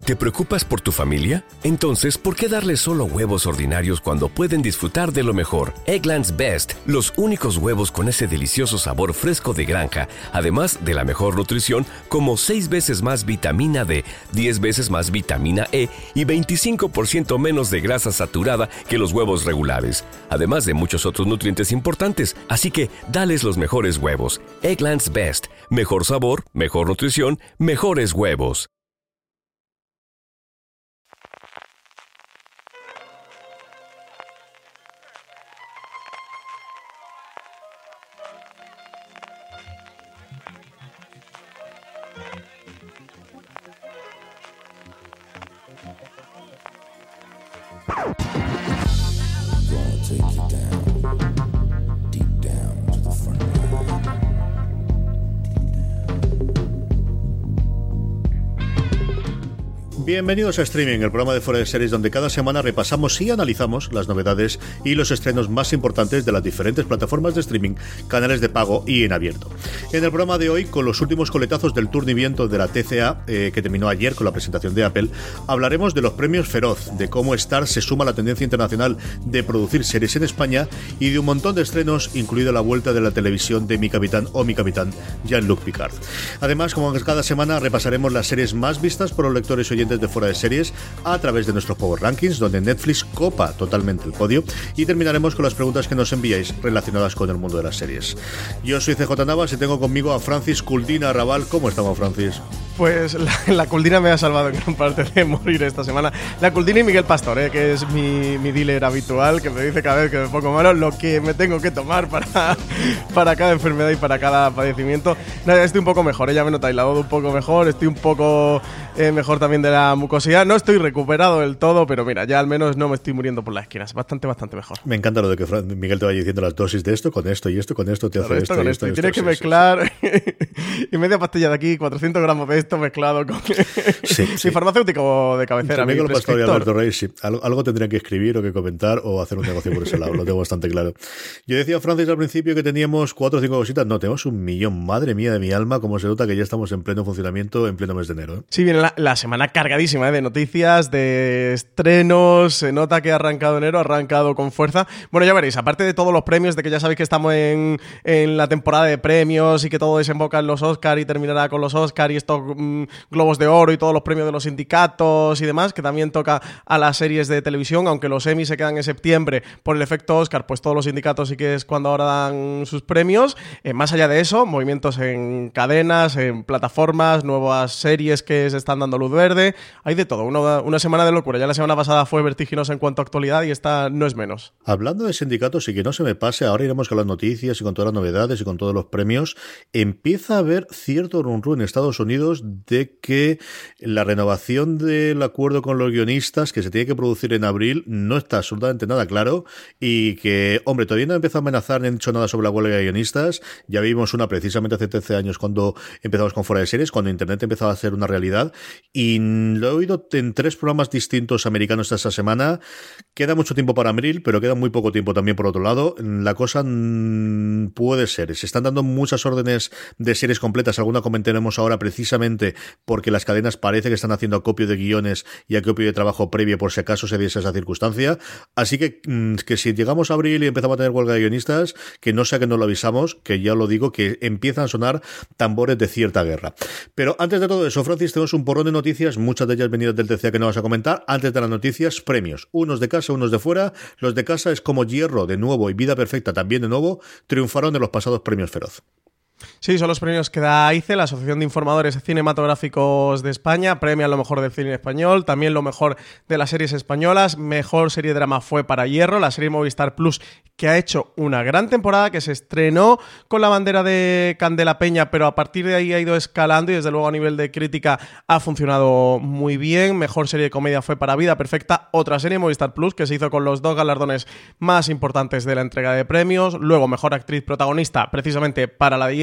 ¿Te preocupas por tu familia? Entonces, ¿por qué darles solo huevos ordinarios cuando pueden disfrutar de lo mejor? Eggland's Best, los únicos huevos con ese delicioso sabor fresco de granja, además de la mejor nutrición, como 6 veces más vitamina D, 10 veces más vitamina E y 25% menos de grasa saturada que los huevos regulares, además de muchos otros nutrientes importantes. Así que, dales los mejores huevos. Eggland's Best, mejor sabor, mejor nutrición, mejores huevos. Bienvenidos a Streaming, el programa de Fuera de Series donde cada semana repasamos y analizamos las novedades y los estrenos más importantes de las diferentes plataformas de streaming, canales de pago y en abierto. En el programa de hoy, con los últimos coletazos del turnimiento de la TCA, que terminó ayer con la presentación de Apple, hablaremos de los premios Feroz, de cómo Star se suma a la tendencia internacional de producir series en España y de un montón de estrenos, incluida la vuelta de la televisión de Mi Capitán o Mi Capitán, Jean-Luc Picard. Además, como cada semana, repasaremos las series más vistas por los lectores y oyentes de Fuera de Series a través de nuestros Power Rankings, donde Netflix copa totalmente el podio, y terminaremos con las preguntas que nos enviáis relacionadas con el mundo de las series. Yo soy CJ Navas y tengo conmigo a Francis Culdina Raval. ¿Cómo estamos, Francis? Pues la Culdina me ha salvado en gran parte de morir esta semana. La Culdina y Miguel Pastor, que es mi dealer habitual, que me dice cada vez que me pongo malo lo que me tengo que tomar para cada enfermedad y para cada padecimiento. Nada, estoy un poco mejor, ya me nota aislado un poco mejor, estoy un poco mejor también de la mucosidad. No estoy recuperado del todo, pero mira, ya al menos no me estoy muriendo por las esquinas. Bastante mejor. Me encanta lo de que Miguel te vaya diciendo las dosis de esto, con esto y esto, con esto te hace esto y esto. Y tienes que mezclar y media pastilla de aquí, 400 gramos de esto mezclado con mi farmacéutico de cabecera. Miguel Pastor y Alberto Rey, sí. Algo tendrían que escribir o que comentar o hacer un negocio por ese lado, lo tengo bastante claro. Yo decía a Francis al principio que teníamos 4 o 5 cositas. No, tenemos 1 millón. Madre mía de mi alma, cómo se nota que ya estamos en pleno funcionamiento en pleno mes de enero. Sí, viene la semana cargadísima de noticias, de estrenos. Se nota que ha arrancado enero, ha arrancado con fuerza. Bueno, ya veréis, aparte de todos los premios, de que ya sabéis que estamos en la temporada de premios y que todo desemboca en los Oscar y terminará con los Oscar y estos Globos de Oro y todos los premios de los sindicatos y demás, que también toca a las series de televisión, aunque los Emmy se quedan en septiembre por el efecto Oscar, pues todos los sindicatos sí que es cuando ahora dan sus premios. Más allá de eso, movimientos en cadenas, en plataformas, nuevas series que se están dando luz verde, hay de todo, una semana de locura. Ya la semana pasada fue vertiginosa en cuanto a actualidad y esta no es menos. Hablando de sindicatos y que no se me pase, ahora iremos con las noticias y con todas las novedades y con todos los premios. Empieza a haber cierto run-run en Estados Unidos de que la renovación del acuerdo con los guionistas, que se tiene que producir en abril, no está absolutamente nada claro y que, hombre, todavía no ha empezado a amenazar ni han dicho nada sobre la huelga de guionistas. Ya vimos una precisamente hace 13 años cuando empezamos con Fuera de Series, cuando Internet empezaba a ser una realidad, y lo he oído en 3 programas distintos americanos esta semana. Queda mucho tiempo para abril, pero queda muy poco tiempo también por otro lado. La cosa puede ser, se están dando muchas órdenes de series completas, alguna comentaremos ahora precisamente porque las cadenas parece que están haciendo acopio de guiones y acopio de trabajo previo por si acaso se diese esa circunstancia. Así que si llegamos a abril y empezamos a tener huelga de guionistas, que no sea que no lo avisamos, que ya lo digo, que empiezan a sonar tambores de cierta guerra. Pero antes de todo eso, Francis, tenemos un porrón de noticias, muchas de ellas venidas del TCA que no vas a comentar. Antes de las noticias, premios, unos de casa, unos de fuera. Los de casa es como Hierro de nuevo y Vida Perfecta también de nuevo, triunfaron en los pasados premios Feroz. Sí, son los premios que da AICE, la Asociación de Informadores Cinematográficos de España. Premian lo mejor del cine español, también lo mejor de las series españolas. Mejor serie de drama fue para Hierro, la serie Movistar Plus, que ha hecho una gran temporada, que se estrenó con la bandera de Candela Peña, pero a partir de ahí ha ido escalando y desde luego a nivel de crítica ha funcionado muy bien. Mejor serie de comedia fue para Vida Perfecta, otra serie Movistar Plus que se hizo con los 2 galardones más importantes de la entrega de premios. Luego mejor actriz protagonista, precisamente para la de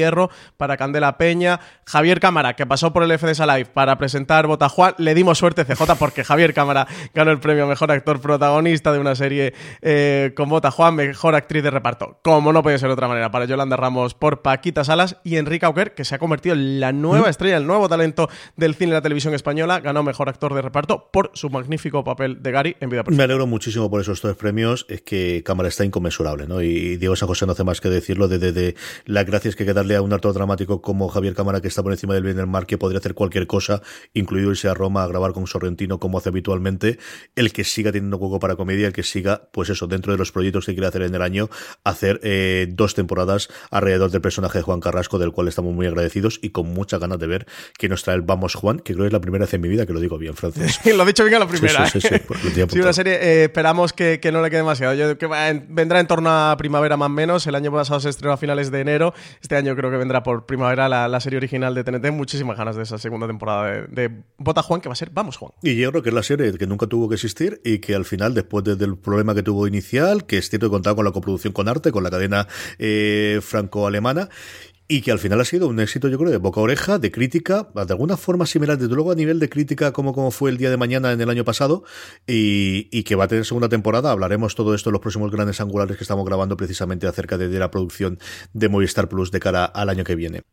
Hierro para Candela Peña, Javier Cámara, que pasó por el FDS Live para presentar Botajuan. Le dimos suerte, CJ, porque Javier Cámara ganó el premio a Mejor Actor Protagonista de una serie con Botajuan, Mejor Actriz de Reparto, como no puede ser de otra manera, para Yolanda Ramos por Paquita Salas, y Enrique Auquer, que se ha convertido en la nueva estrella, el nuevo talento del cine y la televisión española, ganó Mejor Actor de Reparto por su magnífico papel de Gary en Vida Perfecta. Me alegro muchísimo por esos tres premios. Es que Cámara está inconmensurable, ¿no? Y Diego San José no hace más que decirlo de las gracias que hay que darle a un actor dramático como Javier Cámara, que está por encima del bien y del mal, que podría hacer cualquier cosa, incluido irse a Roma a grabar con Sorrentino como hace habitualmente, el que siga teniendo hueco para comedia, el que siga, pues eso, dentro de los proyectos que quiere hacer en el año, hacer 2 temporadas alrededor del personaje de Juan Carrasco, del cual estamos muy agradecidos y con muchas ganas de ver que nos trae el Vamos Juan, que creo que es la primera vez en mi vida que lo digo bien, francés. Lo he dicho bien a la primera. Sí, Sí, una serie, esperamos que no le quede demasiado. Yo que vendrá en torno a primavera más o menos. El año pasado se estrenó a finales de enero. Este año creo que vendrá por primavera la serie original de TNT. Muchísimas ganas de esa segunda temporada de Bota Juan, que va a ser Vamos Juan. Y yo creo que es la serie que nunca tuvo que existir y que al final, después del problema que tuvo inicial, que es cierto que contaba con la coproducción con Arte, con la cadena franco-alemana, y que al final ha sido un éxito, yo creo, de boca a oreja, de crítica, de alguna forma similar, desde luego a nivel de crítica como fue El Día de Mañana en el año pasado, y que va a tener segunda temporada. Hablaremos todo esto en los próximos grandes angulares que estamos grabando precisamente acerca de la producción de Movistar Plus de cara al año que viene.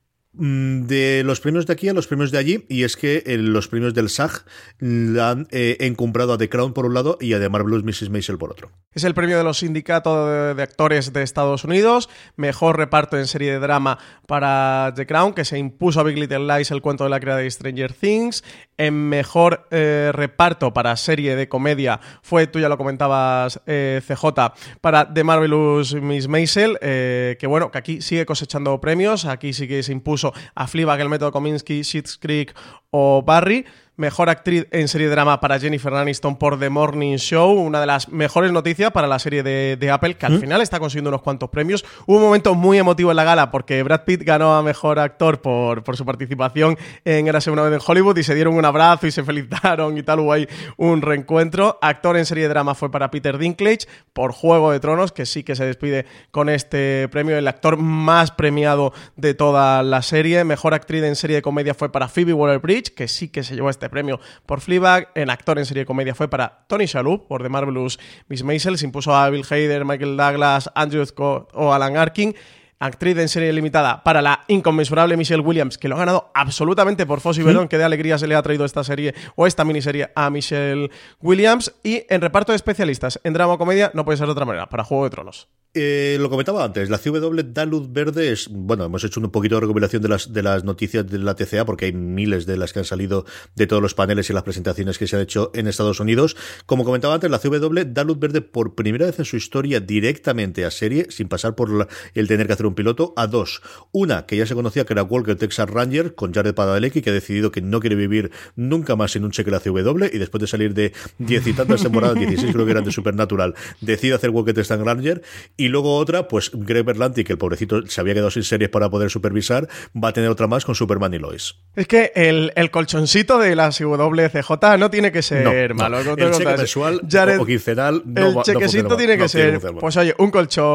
De los premios de aquí a los premios de allí, y es que los premios del SAG han encumbrado a The Crown por un lado y a The Marvelous Mrs. Maisel por otro. Es el premio de los sindicatos de actores de Estados Unidos. Mejor reparto en serie de drama para The Crown, que se impuso a Big Little Lies, el cuento de la criada de Stranger Things. En mejor reparto para serie de comedia fue, tú ya lo comentabas, CJ, para The Marvelous Miss Maisel, que bueno, que aquí sigue cosechando premios. Aquí sí que se impuso a Fleabag, El método Kominsky, Schitt's Creek o Barry. Mejor actriz en serie de drama para Jennifer Aniston por The Morning Show, una de las mejores noticias para la serie de Apple, que al final está consiguiendo unos cuantos premios. Hubo un momento muy emotivo en la gala porque Brad Pitt ganó a Mejor Actor por su participación en Érase una vez en Hollywood, y se dieron un abrazo y se felicitaron y tal, hubo ahí un reencuentro. Actor en serie de drama fue para Peter Dinklage por Juego de Tronos, que sí que se despide con este premio, el actor más premiado de toda la serie. Mejor actriz en serie de comedia fue para Phoebe Waller-Bridge, que sí que se llevó este premio por Fleabag. En actor en serie de comedia fue para Tony Shalhoub por The Marvelous Miss Maisel. Se impuso a Bill Hader, Michael Douglas, Andrew Scott o Alan Arkin. Actriz en serie limitada para la inconmensurable Michelle Williams, que lo ha ganado absolutamente por Fosse y Verdon, que de alegría se le ha traído esta serie o esta miniserie a Michelle Williams. Y en reparto de especialistas en drama o comedia, no puede ser de otra manera, para Juego de Tronos. Lo comentaba antes, la CW da luz verde. Bueno, hemos hecho un poquito de recopilación de las noticias de la TCA, porque hay miles de las que han salido de todos los paneles y las presentaciones que se han hecho en Estados Unidos. Como comentaba antes, la CW da luz verde por primera vez en su historia directamente a serie, sin pasar por el tener que hacer un piloto, a 2. Una, que ya se conocía, que era Walker Texas Ranger, con Jared Padalecki, que ha decidido que no quiere vivir nunca más sin un cheque de la CW, y después de salir de 10 y tantas temporadas, 16 creo que eran de Supernatural, decide hacer Walker Texas Ranger. Y luego otra, pues Greg Berlanti, que el pobrecito se había quedado sin series para poder supervisar, va a tener otra más con Superman y Lois. Es que el colchoncito de la CWCJ no tiene que ser malo. No, el cheque mensual o quincenal no el chequecito tiene que ser, pues oye, un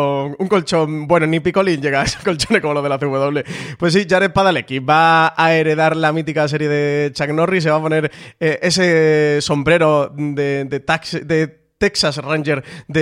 colchón, bueno, ni picolín llega a esos colchones como los de la CW. Pues sí, Jared Padalecki va a heredar la mítica serie de Chuck Norris, se va a poner ese sombrero de Texas Ranger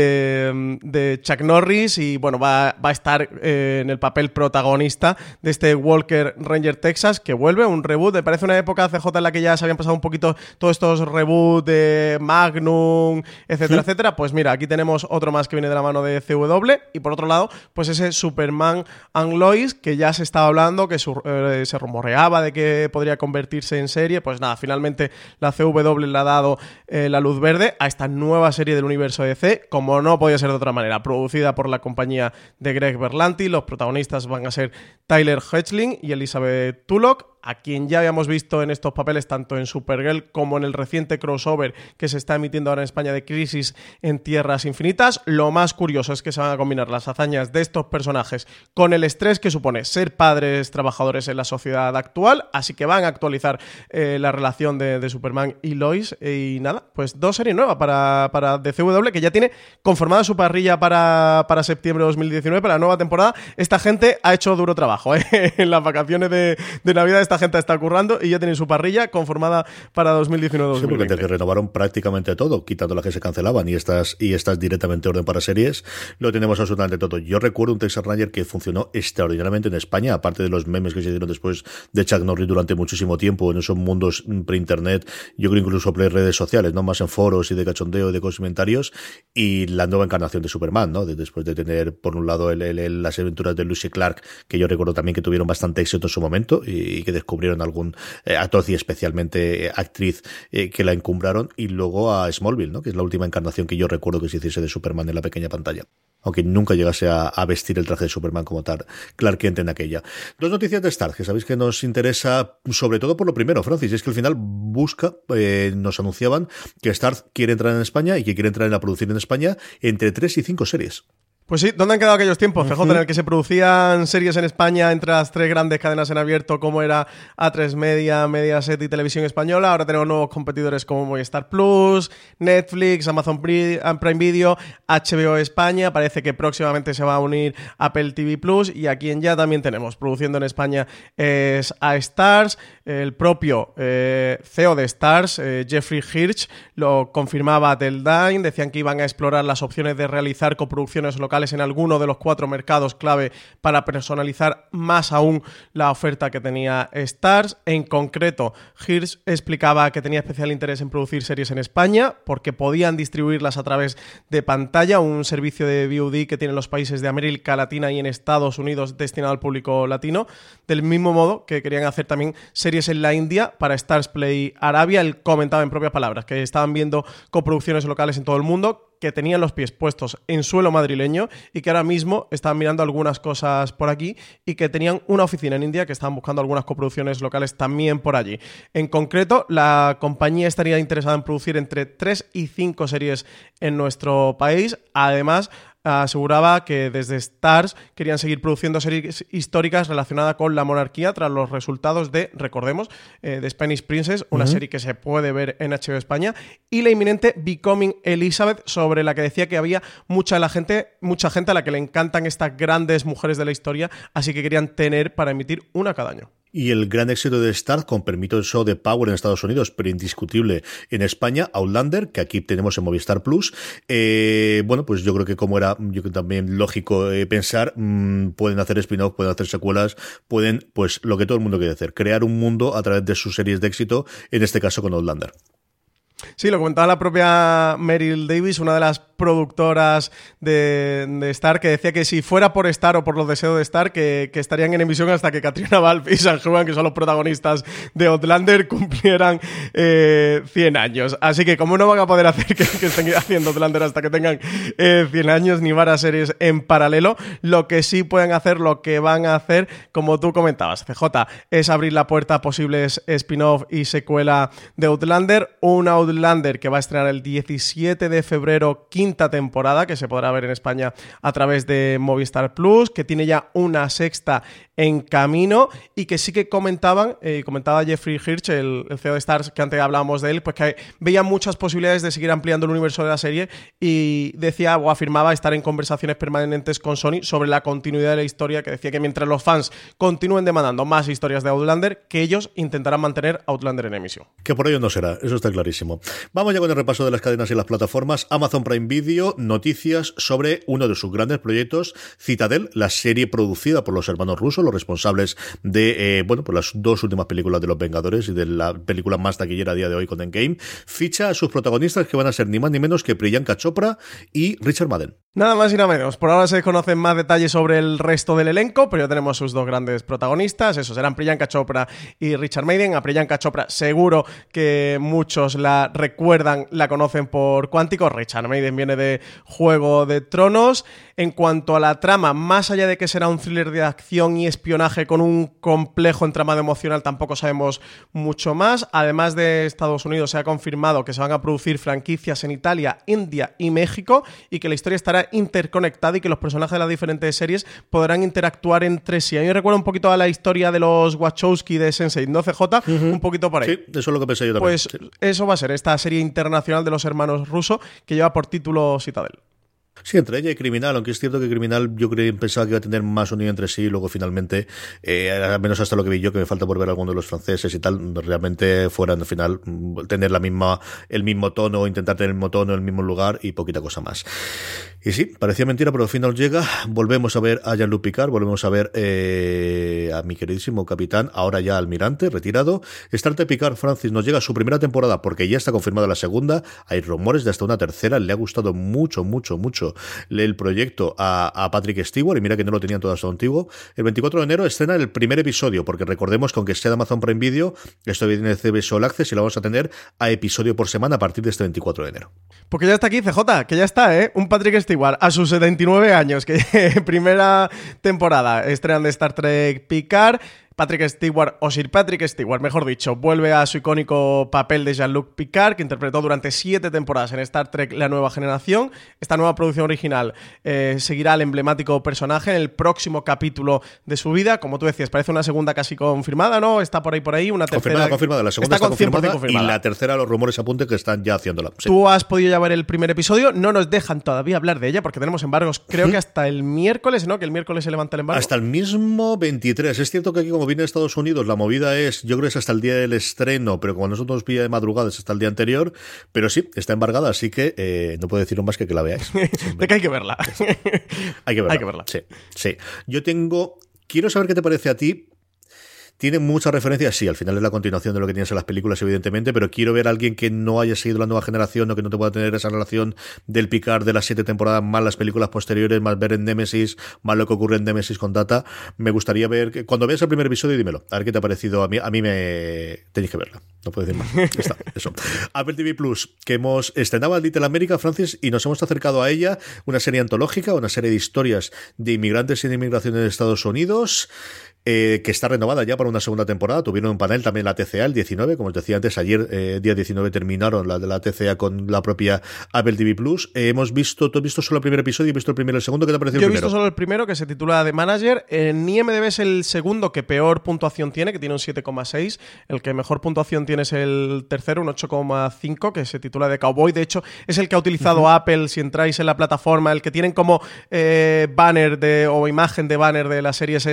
de Chuck Norris, y bueno, va a estar en el papel protagonista de este Walker Ranger Texas, que vuelve un reboot. Me parece una época, CJ, en la que ya se habían pasado un poquito todos estos reboots de Magnum, etcétera, etcétera. Pues mira, aquí tenemos otro más que viene de la mano de CW, y por otro lado, pues ese Superman and Lois, que ya se estaba hablando, que se rumoreaba de que podría convertirse en serie. Pues nada, finalmente la CW le ha dado la luz verde a esta nueva serie del universo DC, como no podía ser de otra manera, producida por la compañía de Greg Berlanti. Los protagonistas van a ser Tyler Hoechlin y Elizabeth Tulloch, a quien ya habíamos visto en estos papeles tanto en Supergirl como en el reciente crossover que se está emitiendo ahora en España de Crisis en Tierras Infinitas. Lo más curioso es que se van a combinar las hazañas de estos personajes con el estrés que supone ser padres trabajadores en la sociedad actual, así que van a actualizar la relación de Superman y Lois. Y nada, pues 2 series nuevas para la de CW, que ya tiene conformada su parrilla para septiembre de 2019, para la nueva temporada. Esta gente ha hecho duro trabajo, ¿eh? En las vacaciones de Navidad esta gente está currando y ya tienen su parrilla conformada para 2019-2020. Sí, porque te renovaron prácticamente todo, quitando las que se cancelaban y estas directamente orden para series, lo tenemos absolutamente todo. Yo recuerdo un Texas Ranger que funcionó extraordinariamente en España, aparte de los memes que se dieron después de Chuck Norris durante muchísimo tiempo en esos mundos pre-internet, yo creo incluso pre-redes sociales, ¿no? Más en foros y de cachondeo y de comentarios, y la nueva encarnación de Superman, ¿no? Después de tener, por un lado, las aventuras de Lucy Clark, que yo recuerdo también que tuvieron bastante éxito en su momento y que descubrieron algún actor y especialmente actriz que la encumbraron, y luego a Smallville, ¿no? Que es la última encarnación que yo recuerdo que se hiciese de Superman en la pequeña pantalla, aunque nunca llegase a vestir el traje de Superman como tal Clark Kent en aquella. Dos noticias de Starz, que sabéis que nos interesa sobre todo por lo primero, Francis, es que al final nos anunciaban que Starz quiere entrar en España y que quiere entrar en la producción en España entre 3 y 5 series. Pues sí, ¿dónde han quedado aquellos tiempos, CJ, en el que se producían series en España entre las tres grandes cadenas en abierto, como era A3 Media, Mediaset y Televisión Española? Ahora tenemos nuevos competidores como Movistar Plus, Netflix, Amazon Prime Video, HBO España, parece que próximamente se va a unir Apple TV Plus, y a quien ya también tenemos produciendo en España es a Starz. El propio CEO de Starz, Jeffrey Hirsch, lo confirmaba a Deadline, decían que iban a explorar las opciones de realizar coproducciones locales en alguno de los 4 mercados clave para personalizar más aún la oferta que tenía Starz. En concreto, Hirsch explicaba que tenía especial interés en producir series en España porque podían distribuirlas a través de pantalla, un servicio de VOD que tienen los países de América Latina y en Estados Unidos destinado al público latino, del mismo modo que querían hacer también series en la India para Starz Play Arabia. Él comentaba en propias palabras que estaban viendo coproducciones locales en todo el mundo, que tenían los pies puestos en suelo madrileño y que ahora mismo estaban mirando algunas cosas por aquí y que tenían una oficina en India que estaban buscando algunas coproducciones locales también por allí. En concreto, la compañía estaría interesada en producir entre 3 y 5 series en nuestro país. Además, aseguraba que desde Starz querían seguir produciendo series históricas relacionadas con la monarquía tras los resultados de, recordemos, de Spanish Princess, una serie que se puede ver en HBO España, y la inminente Becoming Elizabeth, sobre la que decía que había mucha gente a la que le encantan estas grandes mujeres de la historia, así que querían tener para emitir una cada año. Y el gran éxito de Starz, con permiso de Power en Estados Unidos, pero indiscutible en España, Outlander, que aquí tenemos en Movistar Plus. Bueno, pues yo creo que como era yo creo también lógico pensar, pueden hacer spin-off, pueden hacer secuelas, pueden, pues lo que todo el mundo quiere hacer, crear un mundo a través de sus series de éxito, en este caso con Outlander. Sí, lo comentaba la propia Meryl Davis, una de las productoras de Starz, que decía que si fuera por Starz o por los deseos de Starz, que estarían en emisión hasta que Katrina Balfe y San Juan, que son los protagonistas de Outlander, cumplieran 100 años. Así que como no van a poder hacer que estén haciendo Outlander hasta que tengan 100 años, ni varias series en paralelo, lo que sí pueden hacer, lo que van a hacer, como tú comentabas, CJ, es abrir la puerta a posibles spin-off y secuela de Outlander, una Outlander que va a estrenar el 17 de febrero, 5ª temporada, que se podrá ver en España a través de Movistar Plus, que tiene ya una 6ª en camino, y que sí que comentaba Jeffrey Hirsch, el CEO de Starz, que antes hablábamos de él, pues que veía muchas posibilidades de seguir ampliando el universo de la serie, y decía o afirmaba estar en conversaciones permanentes con Sony sobre la continuidad de la historia, que decía que mientras los fans continúen demandando más historias de Outlander, que ellos intentarán mantener Outlander en emisión. Que por ello no será, eso está clarísimo. Vamos ya con el repaso de las cadenas y las plataformas. Amazon Prime Video, noticias sobre uno de sus grandes proyectos, Citadel, la serie producida por los hermanos rusos, los responsables de pues las 2 últimas películas de Los Vengadores y de la película más taquillera a día de hoy con Endgame. Ficha a sus protagonistas, que van a ser ni más ni menos que Priyanka Chopra y Richard Madden. Nada más y nada menos. Por ahora se desconocen más detalles sobre el resto del elenco, pero ya tenemos sus 2 grandes protagonistas. Esos serán Priyanka Chopra y Richard Madden. A Priyanka Chopra seguro que muchos la recuerdan, la conocen por Cuántico. Richard Madden viene de Juego de Tronos. En cuanto a la trama, más allá de que será un thriller de acción y espionaje con un complejo entramado emocional, tampoco sabemos mucho más. Además de Estados Unidos, se ha confirmado que se van a producir franquicias en Italia, India y México, y que la historia estará estará interconectada y que los personajes de las diferentes series podrán interactuar entre sí. A mí me recuerda un poquito a la historia de los Wachowski de Sense8, ¿no, CJ? Un poquito por ahí. Sí, eso es lo que pensé yo también. Pues eso va a ser esta serie internacional de los hermanos Russo que lleva por título Citadel. Sí, entre ella y Criminal, aunque es cierto que Criminal yo pensaba que iba a tener más unión entre sí y luego finalmente, al menos hasta lo que vi yo, que me falta por ver alguno de los franceses y tal, realmente fueran al final tener el mismo tono, o intentar tener el mismo tono, el mismo lugar y poquita cosa más. Y sí, parecía mentira, pero al final llega, volvemos a ver a Jean-Luc Picard, volvemos a ver a mi queridísimo capitán, ahora ya almirante, retirado. Star Trek Picard, Francis, nos llega su primera temporada porque ya está confirmada la segunda, hay rumores de hasta una tercera, le ha gustado mucho el proyecto a Patrick Stewart, y mira que no lo tenían todo hasta antiguo. El 24 de enero estrena el primer episodio, porque recordemos que aunque sea de Amazon Prime Video, esto viene de CBS All Access y lo vamos a tener a episodio por semana a partir de este 24 de enero. Porque ya está aquí, CJ, que ya está, un Patrick Stewart a sus 79 años, que primera temporada estrenan de Star Trek Picard. Patrick Stewart, o Sir Patrick Stewart, mejor dicho, vuelve a su icónico papel de Jean-Luc Picard, que interpretó durante 7 temporadas en Star Trek La Nueva Generación. Esta nueva producción original seguirá al emblemático personaje en el próximo capítulo de su vida. Como tú decías, parece una segunda casi confirmada, ¿no? Está por ahí, una tercera... Confirmada. La segunda está confirmada y la tercera los rumores apuntan que están ya haciéndola. Sí. Tú has podido ya ver el primer episodio, no nos dejan todavía hablar de ella porque tenemos embargos, creo que hasta el miércoles, ¿no? Que el miércoles se levanta el embargo. Hasta el mismo 23. Es cierto que aquí, como viene de Estados Unidos, la movida es, yo creo que es hasta el día del estreno, pero como nosotros nos pilla de madrugada es hasta el día anterior, pero sí, está embargada, así que no puedo deciros más que la veáis. De que hay que verla. Hay que verla. Sí. Quiero saber qué te parece a ti. Tiene muchas referencias, sí, al final es la continuación de lo que tienes en las películas, evidentemente, pero quiero ver a alguien que no haya seguido la nueva generación o que no te pueda tener esa relación del Picard de las 7 temporadas, más las películas posteriores, más ver en Nemesis, más lo que ocurre en Nemesis con Data. Me gustaría ver, que cuando veas el primer episodio, dímelo, a ver qué te ha parecido. A mí me... tenéis que verla, no puedo decir más. Está, eso. Apple TV Plus, que hemos estrenado Little America, Francis, y nos hemos acercado a ella, una serie antológica, una serie de historias de inmigrantes y de inmigración en Estados Unidos, que está renovada ya para una segunda temporada. Tuvieron un panel también la TCA el 19, como os decía antes, ayer día 19 terminaron la de la TCA con la propia Apple TV Plus. Tú has visto solo el primer episodio y he visto el primero y el segundo. ¿Qué te ha parecido el primero? Yo he visto solo el primero, que se titula The Manager. En IMDb es el segundo que peor puntuación tiene, que tiene un 7,6. El que mejor puntuación tiene es el tercero, un 8,5, que se titula The Cowboy. De hecho, es el que ha utilizado Apple, si entráis en la plataforma, el que tienen como banner o imagen de banner de las series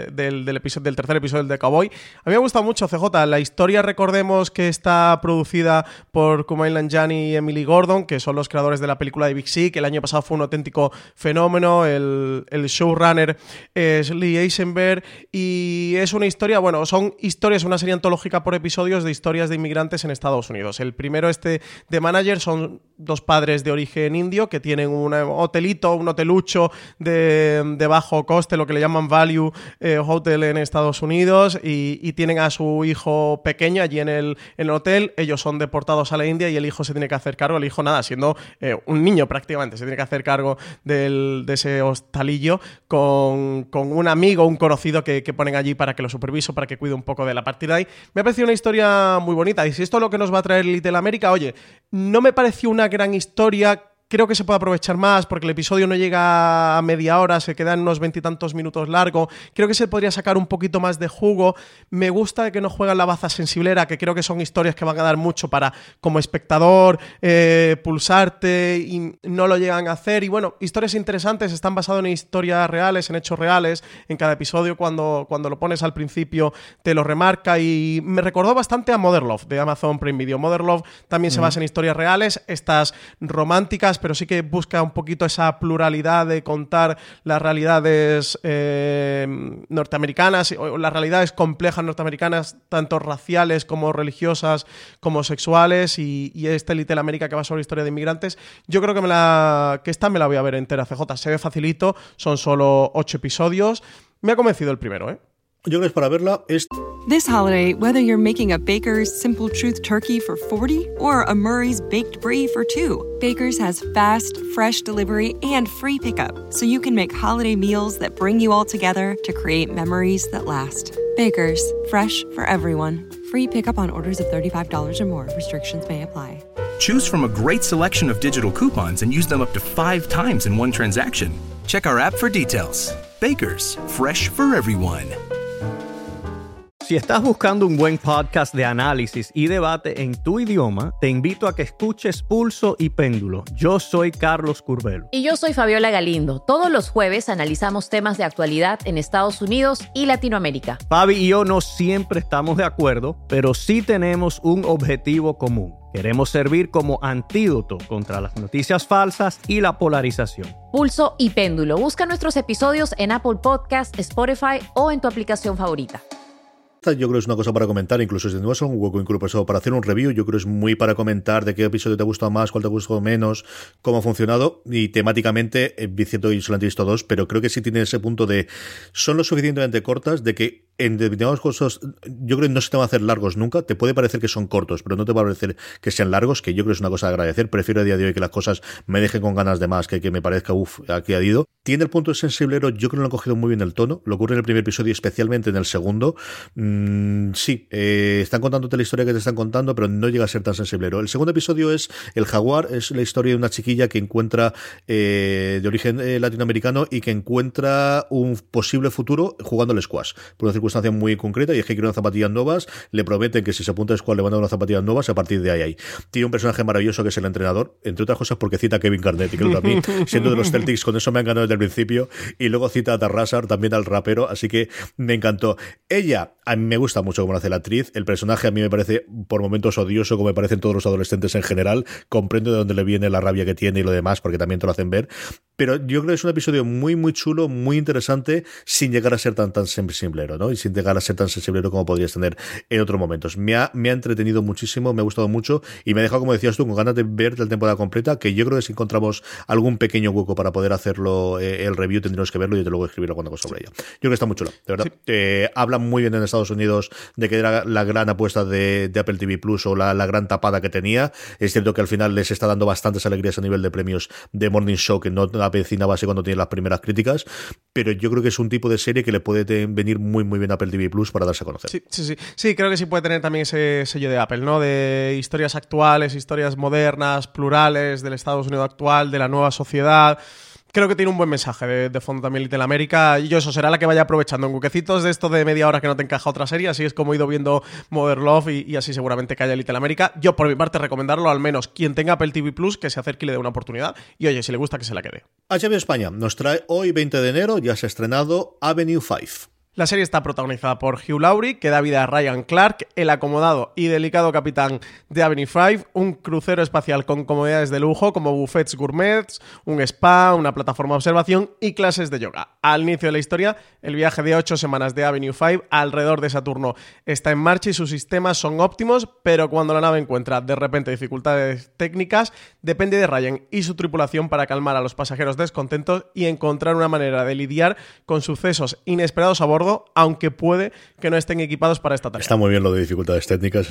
del tercer episodio del Cowboy. A mí me ha gustado mucho, CJ. La historia, recordemos que está producida por Kumail Nanjiani y Emily Gordon, que son los creadores de la película de Big Sick, que el año pasado fue un auténtico fenómeno. El showrunner es Lee Eisenberg, y es una historia, son historias, una serie antológica por episodios de historias de inmigrantes en Estados Unidos. El primero, de Manager, son dos padres de origen indio que tienen un hotelucho de bajo coste, lo que le llaman value hotel en Estados Unidos, y tienen a su hijo pequeño allí en el hotel. Ellos son deportados a la India y el hijo se tiene que hacer cargo, el hijo siendo un niño prácticamente, se tiene que hacer cargo de ese hostalillo con un amigo, un conocido que ponen allí para que lo supervise, para que cuide un poco de la partida. Ahí me ha parecido una historia muy bonita, y si esto es lo que nos va a traer Little America, oye, no me pareció una gran historia. Creo que se puede aprovechar más porque el episodio no llega a media hora, se queda en unos 20 y tantos minutos largo. Creo que se podría sacar un poquito más de jugo. Me gusta que no juegan la baza sensiblera, que creo que son historias que van a dar mucho para, como espectador, pulsarte, y no lo llegan a hacer. Y historias interesantes, están basadas en historias reales, en hechos reales. En cada episodio, cuando lo pones al principio, te lo remarca, y me recordó bastante a Mother Love de Amazon Prime Video. Mother Love también se basa en historias reales, estas románticas, pero sí que busca un poquito esa pluralidad de contar las realidades norteamericanas, o las realidades complejas norteamericanas, tanto raciales como religiosas como sexuales, y Little America, que va sobre historia de inmigrantes. Yo creo que esta me la voy a ver entera, CJ. Se ve facilito, son solo 8 episodios. Me ha convencido el primero, Yo creo que es para verla. This holiday, whether you're making a Baker's Simple Truth turkey for 40 or a Murray's Baked Brie for 2, Baker's has fast, fresh delivery and free pickup, so you can make holiday meals that bring you all together to create memories that last. Baker's, fresh for everyone. Free pickup on orders of $35 or more. Restrictions may apply. Choose from a great selection of digital coupons and use them up to 5 times in one transaction. Check our app for details. Baker's, fresh for everyone. Si estás buscando un buen podcast de análisis y debate en tu idioma, te invito a que escuches Pulso y Péndulo. Yo soy Carlos Curbelo. Y yo soy Fabiola Galindo. Todos los jueves analizamos temas de actualidad en Estados Unidos y Latinoamérica. Fabi y yo no siempre estamos de acuerdo, pero sí tenemos un objetivo común. Queremos servir como antídoto contra las noticias falsas y la polarización. Pulso y Péndulo. Busca nuestros episodios en Apple Podcasts, Spotify o en tu aplicación favorita. Yo creo que es una cosa para comentar, incluso si no es un hueco incluso para hacer un review, yo creo que es muy para comentar de qué episodio te ha gustado más, cuál te ha gustado menos, cómo ha funcionado, y temáticamente, cierto, y solamente he visto 2, pero creo que sí tiene ese punto de son lo suficientemente cortas de que en determinadas cosas, yo creo que no se te van a hacer largos nunca, te puede parecer que son cortos, pero no te va a parecer que sean largos, que yo creo que es una cosa de agradecer. Prefiero a día de hoy que las cosas me dejen con ganas de más, que me parezca, aquí ha ido. Tiene el punto de sensiblero, yo creo que lo han cogido muy bien el tono, lo ocurre en el primer episodio, especialmente en el segundo. Sí, están contándote la historia que te están contando, pero no llega a ser tan sensiblero. El segundo episodio es El Jaguar, es la historia de una chiquilla que encuentra, de origen latinoamericano, y que encuentra un posible futuro jugando al squash, por una circunstancia muy concreta, y es que quiere unas zapatillas nuevas, le prometen que si se apunta al squash le van a dar unas zapatillas nuevas, a partir de ahí. Tiene un personaje maravilloso que es el entrenador, entre otras cosas porque cita a Kevin Garnett, y creo que a mí, siendo de los Celtics, con eso me han ganado desde el principio, y luego cita a Tarrasar, también al rapero, así que me encantó. Ella, a mí me gusta mucho cómo lo hace la actriz, el personaje a mí me parece por momentos odioso, como me parecen todos los adolescentes en general, comprendo de dónde le viene la rabia que tiene y lo demás, porque también te lo hacen ver, pero yo creo que es un episodio muy muy chulo, muy interesante, sin llegar a ser tan sensiblero, ¿no? Y sin llegar a ser tan sensiblero como podrías tener en otros momentos. Me ha entretenido muchísimo, me ha gustado mucho, y me ha dejado, como decías tú, con ganas de ver la temporada completa, que yo creo que si encontramos algún pequeño hueco para poder hacerlo, el review, tendremos que verlo y te luego escribir alguna cosa sobre ella. Yo creo que está muy chulo, de verdad. Sí. Hablan muy bien en Estados Unidos de que era la gran apuesta de Apple TV Plus, o la gran tapada que tenía. Es cierto que al final les está dando bastantes alegrías a nivel de premios de Morning Show, que no avecinaba así cuando tiene las primeras críticas, pero yo creo que es un tipo de serie que le puede venir muy muy bien a Apple TV Plus para darse a conocer. Sí, creo que sí puede tener también ese sello de Apple, ¿no? De historias actuales, historias modernas, plurales, del Estados Unidos actual, de la nueva sociedad. Creo que tiene un buen mensaje de fondo también Little America, y yo, eso será la que vaya aprovechando en buquecitos de esto de media hora que no te encaja otra serie. Así es como he ido viendo Modern Love, y así seguramente que haya Little America. Yo, por mi parte, recomendarlo, al menos quien tenga Apple TV Plus, que se acerque y le dé una oportunidad, y oye, si le gusta, que se la quede. HBO España nos trae hoy, 20 de enero, ya se ha estrenado Avenue 5. La serie está protagonizada por Hugh Laurie, que da vida a Ryan Clark, el acomodado y delicado capitán de Avenue 5, un crucero espacial con comodidades de lujo como buffets gourmets, un spa, una plataforma de observación y clases de yoga. Al inicio de la historia, el viaje de 8 semanas de Avenue 5 alrededor de Saturno está en marcha y sus sistemas son óptimos, pero cuando la nave encuentra de repente dificultades técnicas, depende de Ryan y su tripulación para calmar a los pasajeros descontentos y encontrar una manera de lidiar con sucesos inesperados a bordo, aunque puede que no estén equipados para esta tarea. Está muy bien lo de dificultades técnicas,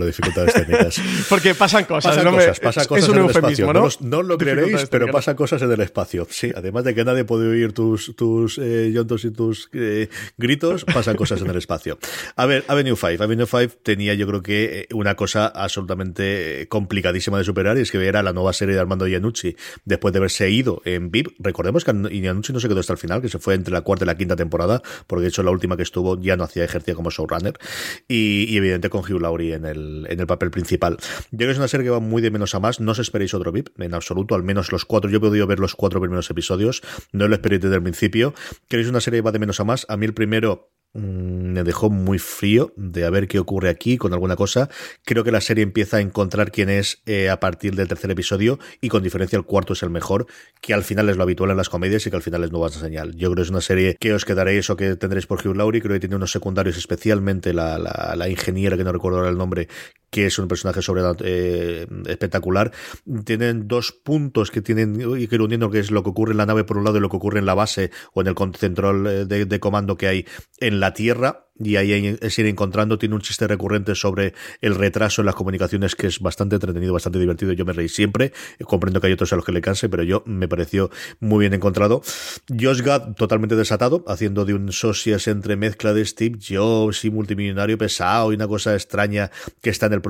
Porque pasan cosas. Pasan cosas es un en el eufemismo, espacio. ¿no? No lo creeréis, pero pasan cosas en el espacio. Sí, además de que nadie puede oír tus llantos y tus gritos, pasan cosas en el espacio. A ver, Avenue 5 tenía, yo creo que, una cosa absolutamente complicadísima de superar, y es que era la nueva serie de Armando Iannucci después de haberse ido en VIP. Recordemos que Iannucci no se quedó hasta el final, que se fue entre la cuarta y la quinta temporada, porque de hecho la última que estuvo ya no ejercía como showrunner, y evidente con Hugh Laurie en el papel principal. Yo creo que es una serie que va muy de menos a más. No os esperéis otro VIP en absoluto, al menos los 4. Yo he podido ver los 4 primeros episodios, no lo esperéis desde el principio. Queréis una serie que va de menos a más. A mí el primero me dejó muy frío de a ver qué ocurre aquí con alguna cosa. Creo que la serie empieza a encontrar quién es a partir del tercer episodio, y con diferencia el cuarto es el mejor, que al final es lo habitual en las comedias y que al final es nueva señal. Yo creo que es una serie que os quedaréis o que tendréis por Hugh Laurie. Creo que tiene unos secundarios, especialmente la ingeniera, que no recuerdo ahora el nombre, que es un personaje espectacular. Tienen 2 puntos que tienen y que uniendo, que es lo que ocurre en la nave por un lado y lo que ocurre en la base o en el control de comando que hay en la Tierra. y ahí es ir encontrando. Tiene un chiste recurrente sobre el retraso en las comunicaciones que es bastante entretenido, bastante divertido. Yo me reí siempre. Comprendo que hay otros a los que le canse, pero yo me pareció muy bien encontrado. Josh Gad totalmente desatado, haciendo de un socias entre mezcla de Steve Jobs y multimillonario pesado y una cosa extraña que está en la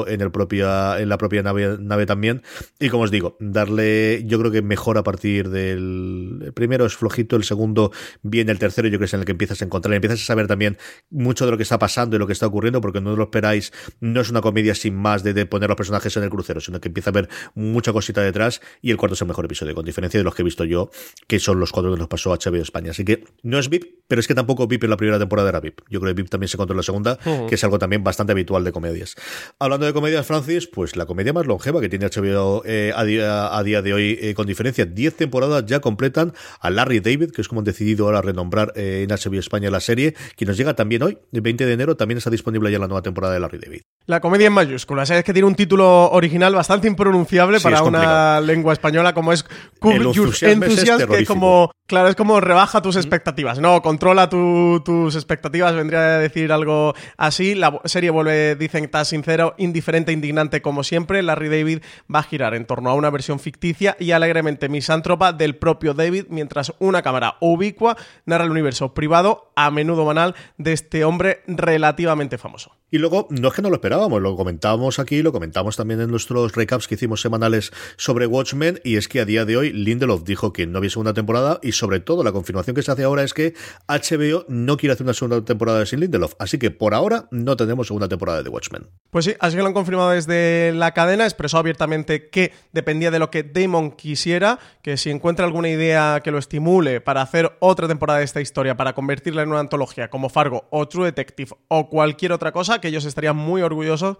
propia nave también. Y como os digo, darle, yo creo que mejor a partir el primero es flojito, el segundo bien, el tercero yo creo que es en el que empiezas a encontrar, empiezas a saber también mucho de lo que está pasando y lo que está ocurriendo, porque no lo esperáis, no es una comedia sin más de poner los personajes en el crucero, sino que empieza a haber mucha cosita detrás, y el cuarto es el mejor episodio, con diferencia de los que he visto yo, que son los 4 que nos pasó a HBO España. Así que no es VIP, pero es que tampoco VIP en la primera temporada era VIP. Yo creo que VIP también se encontró en la segunda, que es algo también bastante habitual de comedias. Hablando de comedias, Francis, pues la comedia más longeva que tiene HBO a día de hoy, con diferencia, 10 temporadas ya completan a Larry David, que es como han decidido ahora renombrar en HBO España la serie, que nos llega también hoy, el 20 de enero, también está disponible ya la nueva temporada de Larry David. La comedia en mayúsculas, es que tiene un título original bastante impronunciable para una lengua española como es Curb Your Enthusiasm, que como, claro, es como rebaja tus expectativas, no, controla tus expectativas, vendría a decir algo así. La serie vuelve, dicen, tan sincero, indiferente, indignante como siempre. Larry David va a girar en torno a una versión ficticia y alegremente misántropa del propio David, mientras una cámara ubicua narra el universo privado, a menudo banal, de este hombre relativamente famoso. Y luego, no es que no lo esperábamos, lo comentábamos aquí, lo comentamos también en nuestros recaps que hicimos semanales sobre Watchmen, y es que a día de hoy Lindelof dijo que no había segunda temporada, y sobre todo la confirmación que se hace ahora es que HBO no quiere hacer una segunda temporada sin Lindelof, así que por ahora no tenemos segunda temporada de Watchmen. Pues sí, así que lo han confirmado desde la cadena, expresó abiertamente que dependía de lo que Damon quisiera, que si encuentra alguna idea que lo estimule para hacer otra temporada de esta historia, para convertirla en una antología como Fargo o True Detective o cualquier otra cosa, que ellos estarían muy orgullosos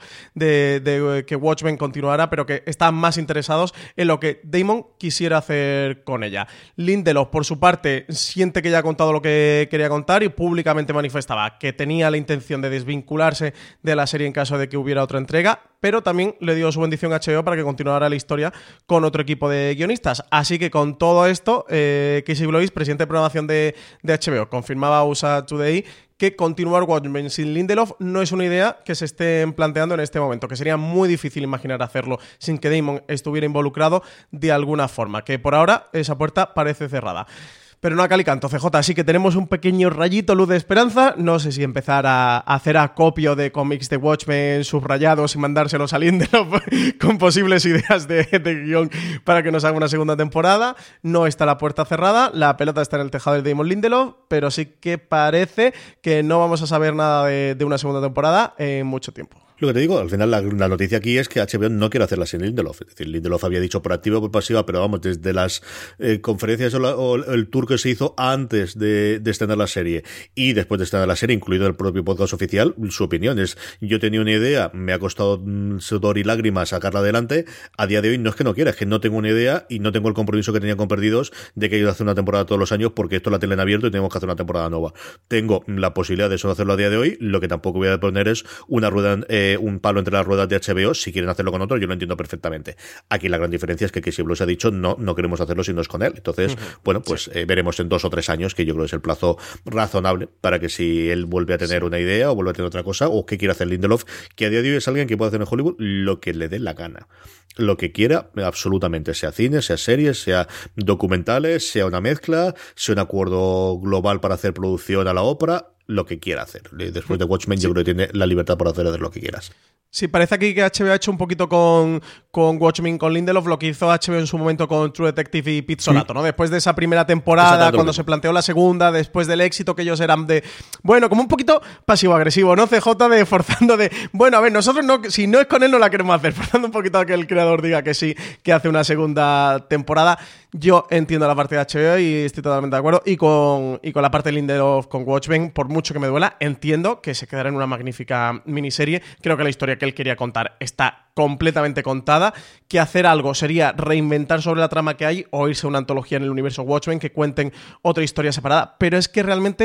de que Watchmen continuara, pero que están más interesados en lo que Damon quisiera hacer con ella. Lindelof, por su parte, siente que ya ha contado lo que quería contar y públicamente manifestaba que tenía la intención de desvincularse de la serie en caso de que hubiera otra entrega, pero también le dio su bendición a HBO para que continuara la historia con otro equipo de guionistas. Así que con todo esto, Casey Blois, presidente de programación de HBO, confirmaba a USA Today que continuar Watchmen sin Lindelof no es una idea que se estén planteando en este momento, que sería muy difícil imaginar hacerlo sin que Damon estuviera involucrado de alguna forma, que por ahora esa puerta parece cerrada. Pero no a cal y canto, CJ, así que tenemos un pequeño rayito luz de esperanza. No sé si empezar a hacer acopio de cómics de Watchmen subrayados y mandárselos a Lindelof con posibles ideas de guión para que nos haga una segunda temporada. No está la puerta cerrada, la pelota está en el tejado de Damon Lindelof, pero sí que parece que no vamos a saber nada de una segunda temporada en mucho tiempo. Lo que te digo, al final la noticia aquí es que HBO no quiere hacerla sin Lindelof. Es decir, Lindelof había dicho por activa o por pasiva, pero vamos, desde las conferencias o el tour que se hizo antes de estrenar la serie y después de estrenar la serie, incluido el propio podcast oficial, su opinión es: yo tenía una idea, me ha costado sudor y lágrimas sacarla adelante, a día de hoy no es que no quiera, es que no tengo una idea y no tengo el compromiso que tenía con Perdidos de que hay que hacer una temporada todos los años porque esto es la tele en abierto y tenemos que hacer una temporada nueva. Tengo la posibilidad de solo hacerlo a día de hoy, lo que tampoco voy a poner es una rueda un palo entre las ruedas de HBO. Si quieren hacerlo con otro, yo lo entiendo perfectamente. Aquí la gran diferencia es que Casey Blois ha dicho no queremos hacerlo si no es con él. Entonces, bueno, pues veremos en 2 o 3 años, que yo creo que es el plazo razonable para que si él vuelve a tener una idea o vuelve a tener otra cosa, o que quiera hacer Lindelof, que a día de hoy es alguien que puede hacer en Hollywood lo que le dé la gana. Lo que quiera, absolutamente, sea cine, sea series, sea documentales, sea una mezcla, sea un acuerdo global para hacer producción a la ópera, lo que quiera hacer. Después de Watchmen, yo creo que tiene la libertad para hacer lo que quieras. Sí, parece aquí que HBO ha hecho un poquito con Watchmen, con Lindelof, lo que hizo HBO en su momento con True Detective y Pete Solato, ¿no? Después de esa primera temporada, cuando se planteó la segunda, después del éxito que ellos eran de... Bueno, como un poquito pasivo-agresivo, ¿no? CJ de forzando de... Bueno, a ver, nosotros no, si no es con él no la queremos hacer, forzando un poquito a que el creador diga que sí, que hace una segunda temporada. Yo entiendo la parte de HBO y estoy totalmente de acuerdo. Y con la parte de Lindelof con Watchmen, por mucho que me duela, entiendo que se quedará en una magnífica miniserie. Creo que la historia que él quería contar está completamente contada, que hacer algo sería reinventar sobre la trama que hay o irse a una antología en el universo Watchmen que cuenten otra historia separada, pero es que realmente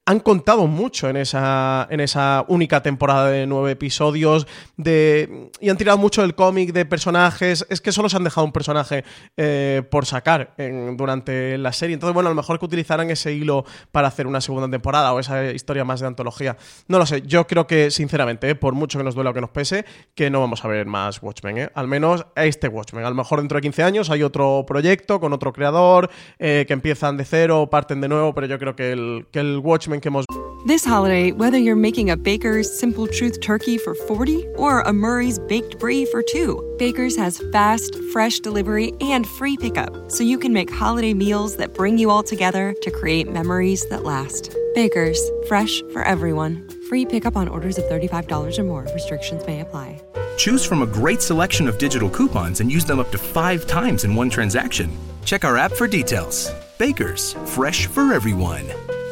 han contado mucho en esa única temporada de 9 episodios y han tirado mucho del cómic de personajes. Es que solo se han dejado un personaje por sacar durante la serie. Entonces, bueno, a lo mejor que utilizaran ese hilo para hacer una segunda temporada o esa historia más de antología. No lo sé, yo creo que, sinceramente, por mucho que nos duela o que nos pese, que no vamos a ver más Watchmen, Al menos este Watchmen. A lo mejor dentro de 15 años hay otro proyecto con otro creador, que empiezan de cero, parten de nuevo, pero yo creo que el Watchmen que hemos... This holiday, whether you're making a Baker's Simple Truth turkey for 40 or a Murray's Baked Brie for 2, Baker's has fast, fresh delivery and free pickup, so you can make holiday meals that bring you all together to create memories that last. Baker's, fresh for everyone. Free pickup on orders of $35 or more. Restrictions may apply. Choose from a great selection of digital coupons and use them up to 5 times in one transaction. Check our app for details. Baker's, fresh for everyone.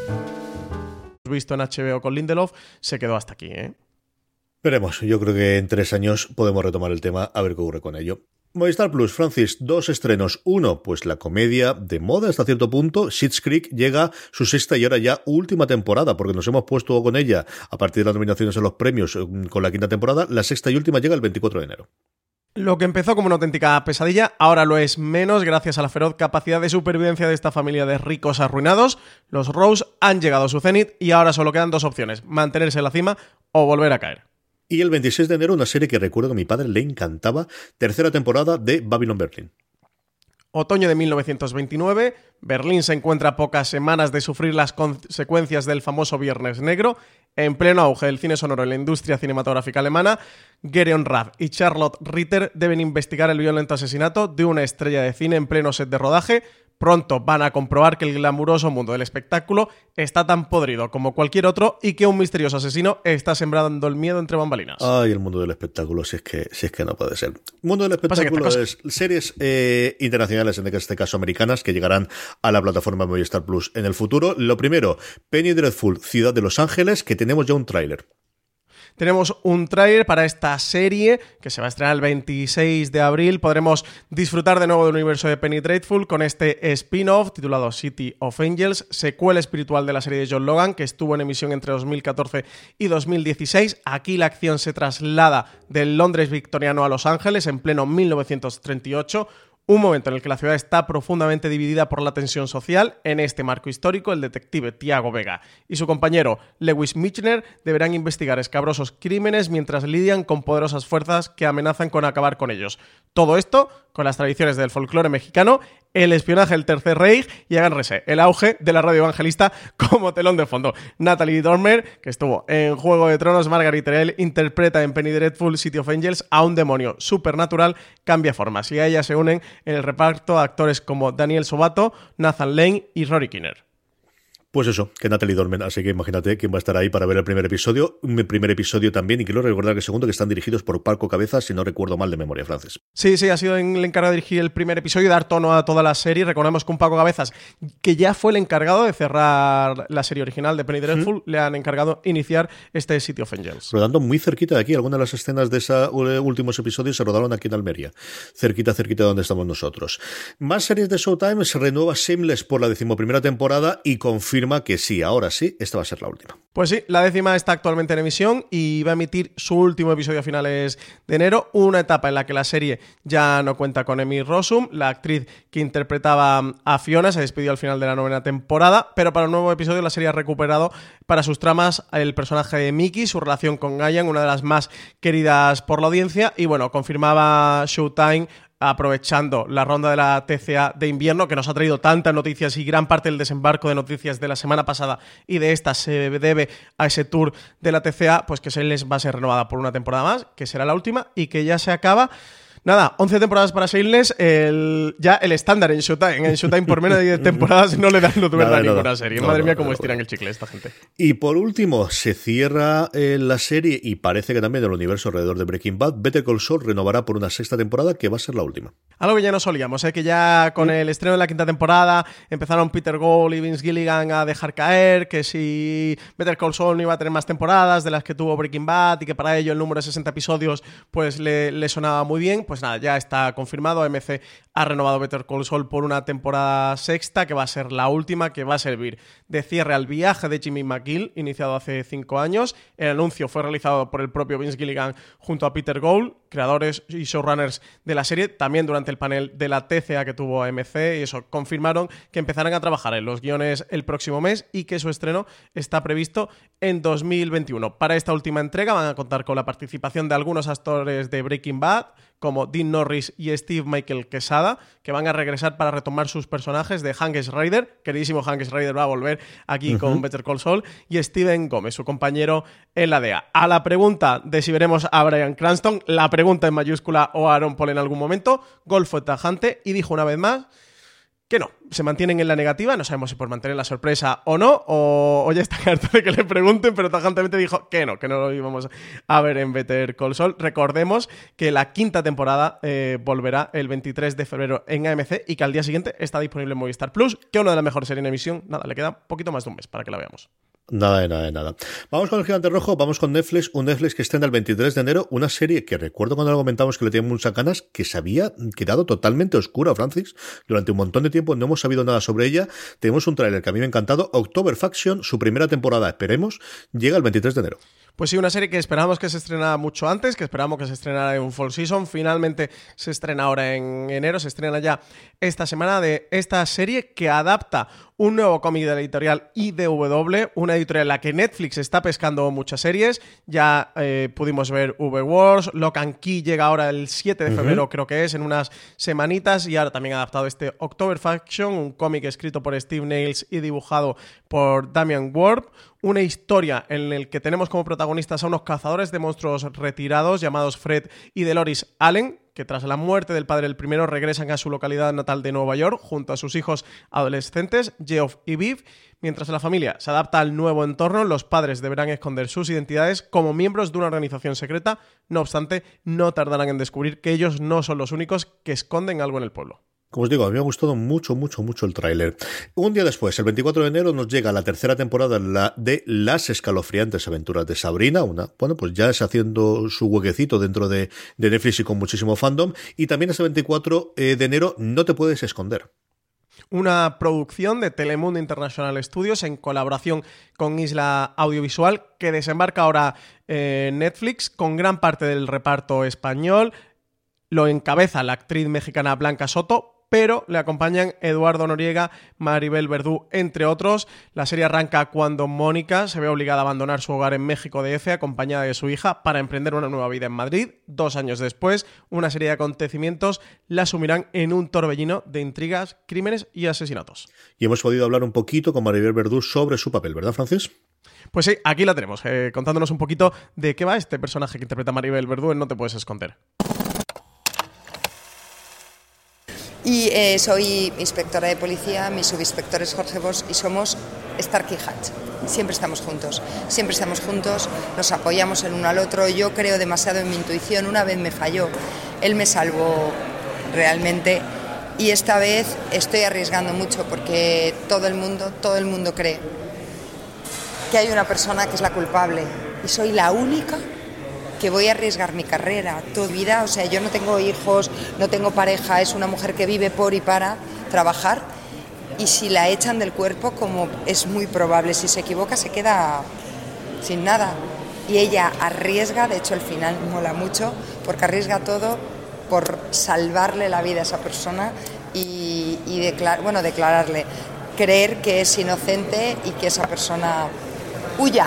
Visto en HBO con Lindelof, se quedó hasta aquí, Veremos, yo creo que en 3 años podemos retomar el tema, a ver qué ocurre con ello. Movistar Plus, Francis, 2 estrenos. Uno, pues la comedia de moda hasta cierto punto. Schitt's Creek llega su 6ª y ahora ya última temporada, porque nos hemos puesto con ella a partir de las nominaciones en los premios con la 5ª temporada. La 6ª y última llega el 24 de enero. Lo que empezó como una auténtica pesadilla, ahora lo es menos gracias a la feroz capacidad de supervivencia de esta familia de ricos arruinados. Los Rose han llegado a su cenit y ahora solo quedan 2 opciones: mantenerse en la cima o volver a caer. Y el 26 de enero una serie que recuerdo que a mi padre le encantaba, 3ª temporada de Babylon Berlin. Otoño de 1929, Berlín se encuentra a pocas semanas de sufrir las consecuencias del famoso Viernes Negro. En pleno auge del cine sonoro en la industria cinematográfica alemana, Gereon Rath y Charlotte Ritter deben investigar el violento asesinato de una estrella de cine en pleno set de rodaje. Pronto van a comprobar que el glamuroso mundo del espectáculo está tan podrido como cualquier otro y que un misterioso asesino está sembrando el miedo entre bambalinas. Ay, el mundo del espectáculo, si es que no puede ser. El mundo del espectáculo es series internacionales, en este caso americanas, que llegarán a la plataforma Movistar Plus en el futuro. Lo primero, Penny Dreadful, Ciudad de Los Ángeles, que tenemos ya un tráiler. Tenemos un tráiler para esta serie que se va a estrenar el 26 de abril. Podremos disfrutar de nuevo del universo de Penny Dreadful con este spin-off titulado City of Angels, secuela espiritual de la serie de John Logan que estuvo en emisión entre 2014 y 2016. Aquí la acción se traslada del Londres victoriano a Los Ángeles en pleno 1938. Un momento en el que la ciudad está profundamente dividida por la tensión social. En este marco histórico, el detective Tiago Vega y su compañero Lewis Michener deberán investigar escabrosos crímenes mientras lidian con poderosas fuerzas que amenazan con acabar con ellos. Todo esto con las tradiciones del folclore mexicano, el espionaje del Tercer Reich y, agárrese, el auge de la radio evangelista como telón de fondo. Natalie Dormer, que estuvo en Juego de Tronos, Margaret Terrell, interpreta en Penny Dreadful City of Angels a un demonio supernatural, cambia formas, y a ella se unen en el reparto actores como Daniel Sobato, Nathan Lane y Rory Kinnear. Pues eso, que Natalie Dormer, así que imagínate quién va a estar ahí para ver el primer episodio. Un primer episodio también, y quiero recordar que el segundo, que están dirigidos por Paco Cabezas, si no recuerdo mal de memoria, Francis. Sí, ha sido el encargado de dirigir el primer episodio y dar tono a toda la serie. Recordemos que un Paco Cabezas, que ya fue el encargado de cerrar la serie original de Penny Dreadful, le han encargado iniciar este City of Angels. Rodando muy cerquita de aquí, algunas de las escenas de esos últimos episodios se rodaron aquí en Almería, cerquita de donde estamos nosotros. Más series de Showtime, se renueva Shameless por la 11ª temporada y confirma que sí, ahora sí, esta va a ser la última. Pues sí, la 10ª está actualmente en emisión y va a emitir su último episodio a finales de enero, una etapa en la que la serie ya no cuenta con Emmy Rossum. La actriz que interpretaba a Fiona se despidió al final de la 9ª temporada, pero para el nuevo episodio la serie ha recuperado para sus tramas el personaje de Mickey, su relación con Ryan, una de las más queridas por la audiencia, y bueno, confirmaba Showtime, aprovechando la ronda de la TCA de invierno, que nos ha traído tantas noticias, y gran parte del desembarco de noticias de la semana pasada y de esta se debe a ese tour de la TCA, pues que se les va a ser renovada por una temporada más, que será la última y que ya se acaba. Nada, 11 temporadas para Shameless, ya el estándar en Showtime. En Showtime por menos de 10 temporadas no le dan luz verde a ninguna serie. Madre mía, cómo estiran el chicle esta gente. Y por último, se cierra la serie, y parece que también el universo alrededor de Breaking Bad. Better Call Saul renovará por una 6ª temporada que va a ser la última. Algo que ya no solíamos, que ya con el estreno de la quinta temporada empezaron Peter Gould y Vince Gilligan a dejar caer que si Better Call Saul no iba a tener más temporadas de las que tuvo Breaking Bad y que para ello el número de 60 episodios pues le sonaba muy bien. Pues nada, ya está confirmado. AMC ha renovado Better Call Saul por una temporada sexta que va a ser la última, que va a servir de cierre al viaje de Jimmy McGill, iniciado hace 5 años. El anuncio fue realizado por el propio Vince Gilligan junto a Peter Gould, creadores y showrunners de la serie, también durante el panel de la TCA que tuvo AMC, y eso, confirmaron que empezarán a trabajar en los guiones el próximo mes y que su estreno está previsto en 2021. Para esta última entrega van a contar con la participación de algunos actores de Breaking Bad, como Dean Norris y Steve Michael Quesada, que van a regresar para retomar sus personajes de Hank Schrader, queridísimo Hank Schrader va a volver aquí con Better Call Saul, y Steven Gómez, su compañero en la DEA. A la pregunta de si veremos a Bryan Cranston, la pregunta en mayúscula o a Aaron Paul en algún momento, Gould fue tajante y dijo una vez más que no, se mantienen en la negativa, no sabemos si por mantener la sorpresa o no, o ya está harto de que le pregunten, pero tajantemente dijo que no lo íbamos a ver en Better Call Saul. Recordemos que la quinta temporada volverá el 23 de febrero en AMC y que al día siguiente está disponible en Movistar Plus, que es una de las mejores series en emisión. Nada, le queda un poquito más de un mes para que la veamos. Nada de nada. Vamos con el gigante rojo, vamos con Netflix, un Netflix que estrena el 23 de enero, una serie que recuerdo cuando lo comentamos que le teníamos muchas ganas, que se había quedado totalmente oscura, Francis, durante un montón de tiempo no hemos sabido nada sobre ella. Tenemos un tráiler que a mí me ha encantado, October Faction, su primera temporada, esperemos, llega el 23 de enero. Pues sí, una serie que esperábamos que se estrenara mucho antes, que esperábamos que se estrenara en Fall Season, finalmente se estrena ahora en enero, se estrena ya esta semana de esta serie que adapta un nuevo cómic de la editorial IDW, una editorial en la que Netflix está pescando muchas series. Ya pudimos ver V-Wars, Lock and Key llega ahora el 7 de febrero, creo que es, en unas semanitas, y ahora también ha adaptado este October Faction, un cómic escrito por Steve Niles y dibujado por Damian Warp, una historia en la que tenemos como protagonistas a unos cazadores de monstruos retirados llamados Fred y Deloris Allen, que tras la muerte del padre del primero regresan a su localidad natal de Nueva York junto a sus hijos adolescentes, Geoff y Viv. Mientras la familia se adapta al nuevo entorno, los padres deberán esconder sus identidades como miembros de una organización secreta. No obstante, no tardarán en descubrir que ellos no son los únicos que esconden algo en el pueblo. Como os digo, a mí me ha gustado mucho el tráiler. Un día después, el 24 de enero, nos llega la tercera temporada de Las escalofriantes aventuras de Sabrina, pues ya es haciendo su huequecito dentro de Netflix y con muchísimo fandom. Y también este 24 de enero, No te puedes esconder. Una producción de Telemundo International Studios en colaboración con Isla Audiovisual, que desembarca ahora en Netflix con gran parte del reparto español. Lo encabeza la actriz mexicana Blanca Soto, pero le acompañan Eduardo Noriega, Maribel Verdú, entre otros. La serie arranca cuando Mónica se ve obligada a abandonar su hogar en México DF acompañada de su hija para emprender una nueva vida en Madrid. 2 años después, una serie de acontecimientos la sumirán en un torbellino de intrigas, crímenes y asesinatos. Y hemos podido hablar un poquito con Maribel Verdú sobre su papel, ¿verdad, Francis? Pues sí, aquí la tenemos, contándonos un poquito de qué va este personaje que interpreta Maribel Verdú en No te puedes esconder. Y soy inspectora de policía, mi subinspector es Jorge Bosch y somos Stark y Hatch. Siempre estamos juntos, nos apoyamos el uno al otro. Yo creo demasiado en mi intuición, una vez me falló, él me salvó realmente y esta vez estoy arriesgando mucho porque todo el mundo cree que hay una persona que es la culpable y soy la única que voy a arriesgar mi carrera, toda mi vida. O sea, yo no tengo hijos, no tengo pareja, es una mujer que vive por y para trabajar y si la echan del cuerpo, como es muy probable, si se equivoca se queda sin nada y ella arriesga, de hecho el final mola mucho porque arriesga todo por salvarle la vida a esa persona y declararle, creer que es inocente y que esa persona huya.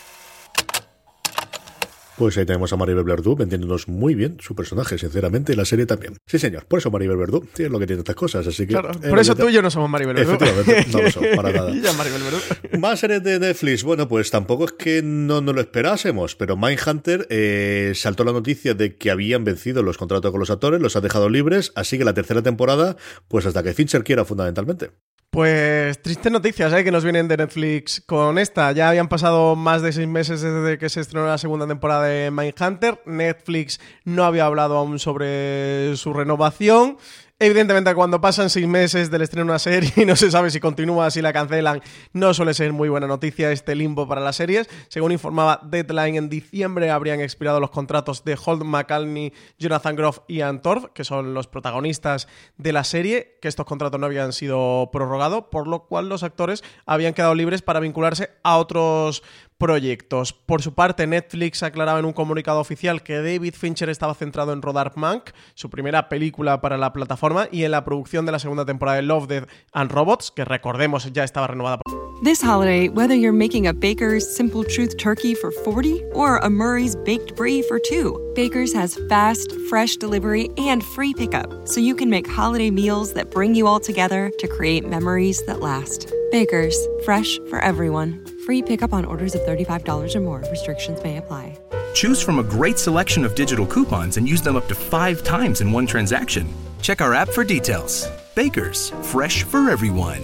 Pues ahí tenemos a Maribel Verdú vendiéndonos muy bien su personaje, sinceramente, y la serie también. Sí, señor, por eso Maribel Verdú es lo que tiene estas cosas, así que... Claro, por eso tú y yo no somos Maribel Verdú. Efectivamente, no lo somos, para nada. Y ya Maribel Verdú. Más series de Netflix, bueno, pues tampoco es que no lo esperásemos, pero Mindhunter saltó la noticia de que habían vencido los contratos con los actores, los ha dejado libres, así que la tercera temporada, pues hasta que Fincher quiera, fundamentalmente. Pues tristes noticias que nos vienen de Netflix con esta. Ya habían pasado más de 6 meses desde que se estrenó la segunda temporada de Mindhunter. Netflix no había hablado aún sobre su renovación. Evidentemente, cuando pasan 6 meses del estreno de una serie y no se sabe si continúa, si la cancelan, no suele ser muy buena noticia este limbo para las series. Según informaba Deadline, en diciembre habrían expirado los contratos de Holt McCallany, Jonathan Groff y Ann Torv, que son los protagonistas de la serie, que estos contratos no habían sido prorrogados, por lo cual los actores habían quedado libres para vincularse a otros proyectos. Por su parte, Netflix aclaraba en un comunicado oficial que David Fincher estaba centrado en rodar Mank, su primera película para la plataforma, y en la producción de la segunda temporada de Love, Death and Robots, que recordemos ya estaba renovada. This holiday, whether you're making a Baker's Simple Truth turkey for 40 or a Murray's Baked Brie for 2, Baker's has fast, fresh delivery and free pickup, so you can make holiday meals that bring you all together to create memories that last. Baker's, fresh for everyone. Free pickup on orders of $35 or more. Restrictions may apply. Choose from a great selection of digital coupons and use them up to 5 times in one transaction. Check our app for details. Baker's, fresh for everyone.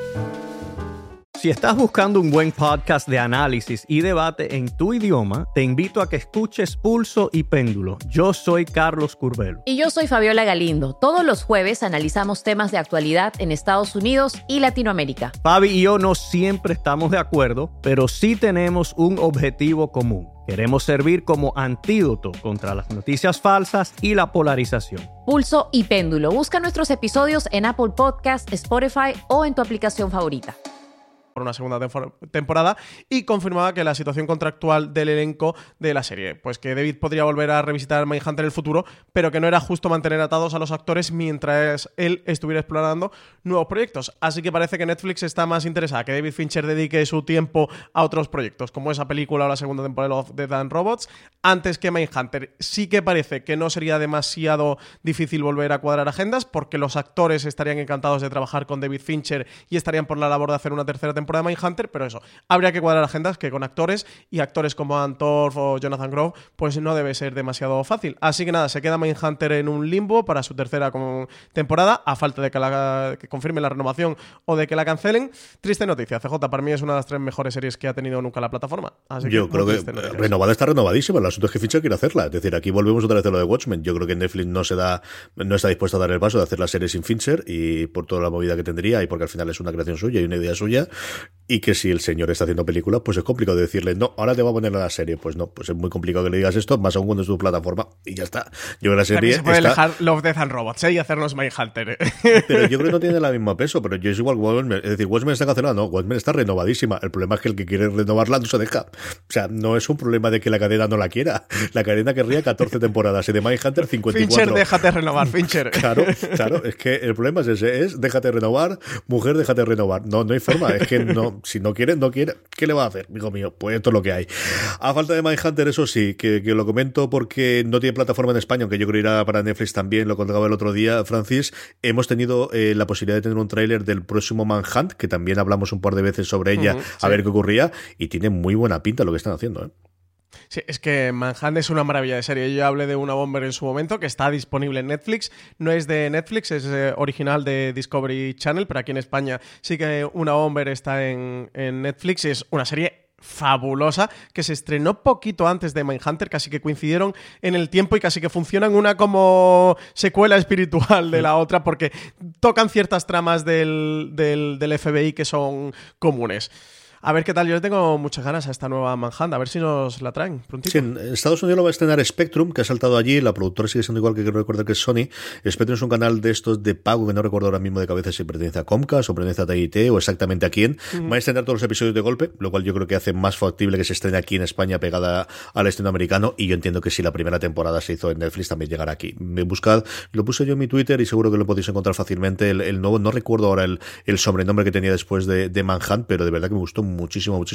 Si estás buscando un buen podcast de análisis y debate en tu idioma, te invito a que escuches Pulso y Péndulo. Yo soy Carlos Curbelo. Y yo soy Fabiola Galindo. Todos los jueves analizamos temas de actualidad en Estados Unidos y Latinoamérica. Fabi y yo no siempre estamos de acuerdo, pero sí tenemos un objetivo común. Queremos servir como antídoto contra las noticias falsas y la polarización. Pulso y Péndulo. Busca nuestros episodios en Apple Podcast, Spotify o en tu aplicación favorita. Por una segunda temporada, y confirmaba que la situación contractual del elenco de la serie, pues que David podría volver a revisitar Mindhunter en el futuro, pero que no era justo mantener atados a los actores mientras él estuviera explorando nuevos proyectos. Así que parece que Netflix está más interesada que David Fincher dedique su tiempo a otros proyectos, como esa película o la segunda temporada de Death and Robots, antes que Mindhunter. Sí que parece que no sería demasiado difícil volver a cuadrar agendas, porque los actores estarían encantados de trabajar con David Fincher y estarían por la labor de hacer una tercera temporada de Mindhunter, pero eso, habría que cuadrar agendas que con actores como Ann Torv o Jonathan Groff, pues no debe ser demasiado fácil. Así que nada, se queda Mindhunter en un limbo para su tercera temporada, a falta de que confirme la renovación o de que la cancelen. Triste noticia, CJ, para mí es una de las 3 mejores series que ha tenido nunca la plataforma. Así yo creo que renovada está renovadísima, el asunto es que Fincher quiere hacerla, es decir, aquí volvemos otra vez a lo de Watchmen. Yo creo que Netflix no está dispuesto a dar el paso de hacer la serie sin Fincher, y por toda la movida que tendría, y porque al final es una creación suya y una idea suya, y que si el señor está haciendo películas, pues es complicado decirle, no, ahora te voy a poner a la serie. Pues no, pues es muy complicado que le digas esto, más aún cuando es tu plataforma, y ya está. Yo creo que la serie también se puede dejar Love, Death and Robots, y hacernos Mindhunter. Pero yo creo que no tiene el mismo peso, pero yo es igual Watchmen. Es decir, Watchmen está cancelada, no, Watchmen está renovadísima. El problema es que el que quiere renovarla no se deja. O sea, no es un problema de que la cadena no la quiera. La cadena querría 14 temporadas y de Mindhunter 54. Fincher, déjate renovar, Fincher. Claro, es que el problema es ese, es déjate renovar, mujer, déjate renovar. No hay forma, es que no, si no quiere, ¿qué le va a hacer, hijo mío? Pues esto es lo que hay. A falta de Mindhunter, eso sí, que lo comento porque no tiene plataforma en España, aunque yo creo que irá para Netflix también, lo contaba el otro día, Francis. Hemos tenido la posibilidad de tener un tráiler del próximo Manhunt, que también hablamos un par de veces sobre ella, a ver qué ocurría, y tiene muy buena pinta lo que están haciendo, ¿eh? Sí, es que Manhunt es una maravilla de serie. Yo ya hablé de Una Bomber en su momento, que está disponible en Netflix. No es de Netflix, es original de Discovery Channel, pero aquí en España sí que Una Bomber está en Netflix. Es una serie fabulosa que se estrenó poquito antes de Mindhunter, casi que coincidieron en el tiempo y casi que funcionan una como secuela espiritual de la otra, porque tocan ciertas tramas del FBI que son comunes. A ver qué tal, yo le tengo muchas ganas a esta nueva Manhunt, a ver si nos la traen prontito. Sí, en Estados Unidos lo va a estrenar Spectrum, que ha saltado allí, la productora sigue siendo igual, que quiero recordar que es Sony. Spectrum es un canal de estos de pago que no recuerdo ahora mismo de cabeza si pertenece a Comcast o pertenece a TNT o exactamente a quién. Va a estrenar todos los episodios de golpe, lo cual yo creo que hace más factible que se estrene aquí en España pegada al estreno americano, y yo entiendo que si la primera temporada se hizo en Netflix también llegará aquí. Buscad, lo puse yo en mi Twitter y seguro que lo podéis encontrar fácilmente, el nuevo, no recuerdo ahora el sobrenombre que tenía después de Manhunt, pero de verdad que me gustó muchísimo.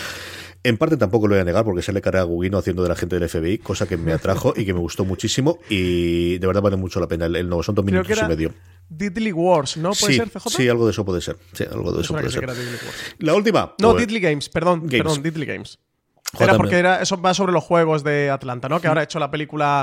En parte tampoco lo voy a negar porque sale cara a Gugino haciendo de la gente del FBI, cosa que me atrajo y que me gustó muchísimo, y de verdad vale mucho la pena el nuevo, son 2 minutos y medio. Diddley Wars, ¿no? ¿Puede ser, CJ? Sí, algo de eso puede ser. Sí, algo de eso puede ser. La última. No, Diddley Games, perdón, Diddley Games. Era porque eso va sobre los juegos de Atlanta, ¿no? Que ahora ha hecho la película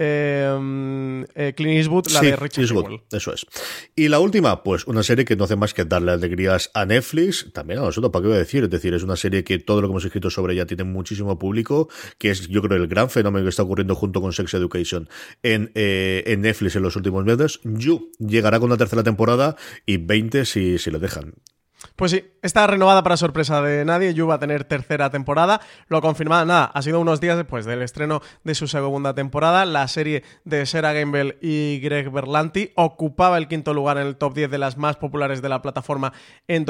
Clint Eastwood, la de Richard Sewell. Eso es. Y la última, pues una serie que no hace más que darle alegrías a Netflix, también a nosotros, ¿para qué voy a decir? Es decir, es una serie que todo lo que hemos escrito sobre ella tiene muchísimo público, que es, yo creo, el gran fenómeno que está ocurriendo junto con Sex Education en Netflix en los últimos meses. You llegará con una tercera temporada y 20 si lo dejan. Pues sí, está renovada para sorpresa de nadie. You va a tener tercera temporada. Lo confirmaba, nada, ha sido unos días después del estreno de su segunda temporada. La serie de Sarah Gamble y Greg Berlanti ocupaba el quinto lugar en el top 10 de las más populares de la plataforma en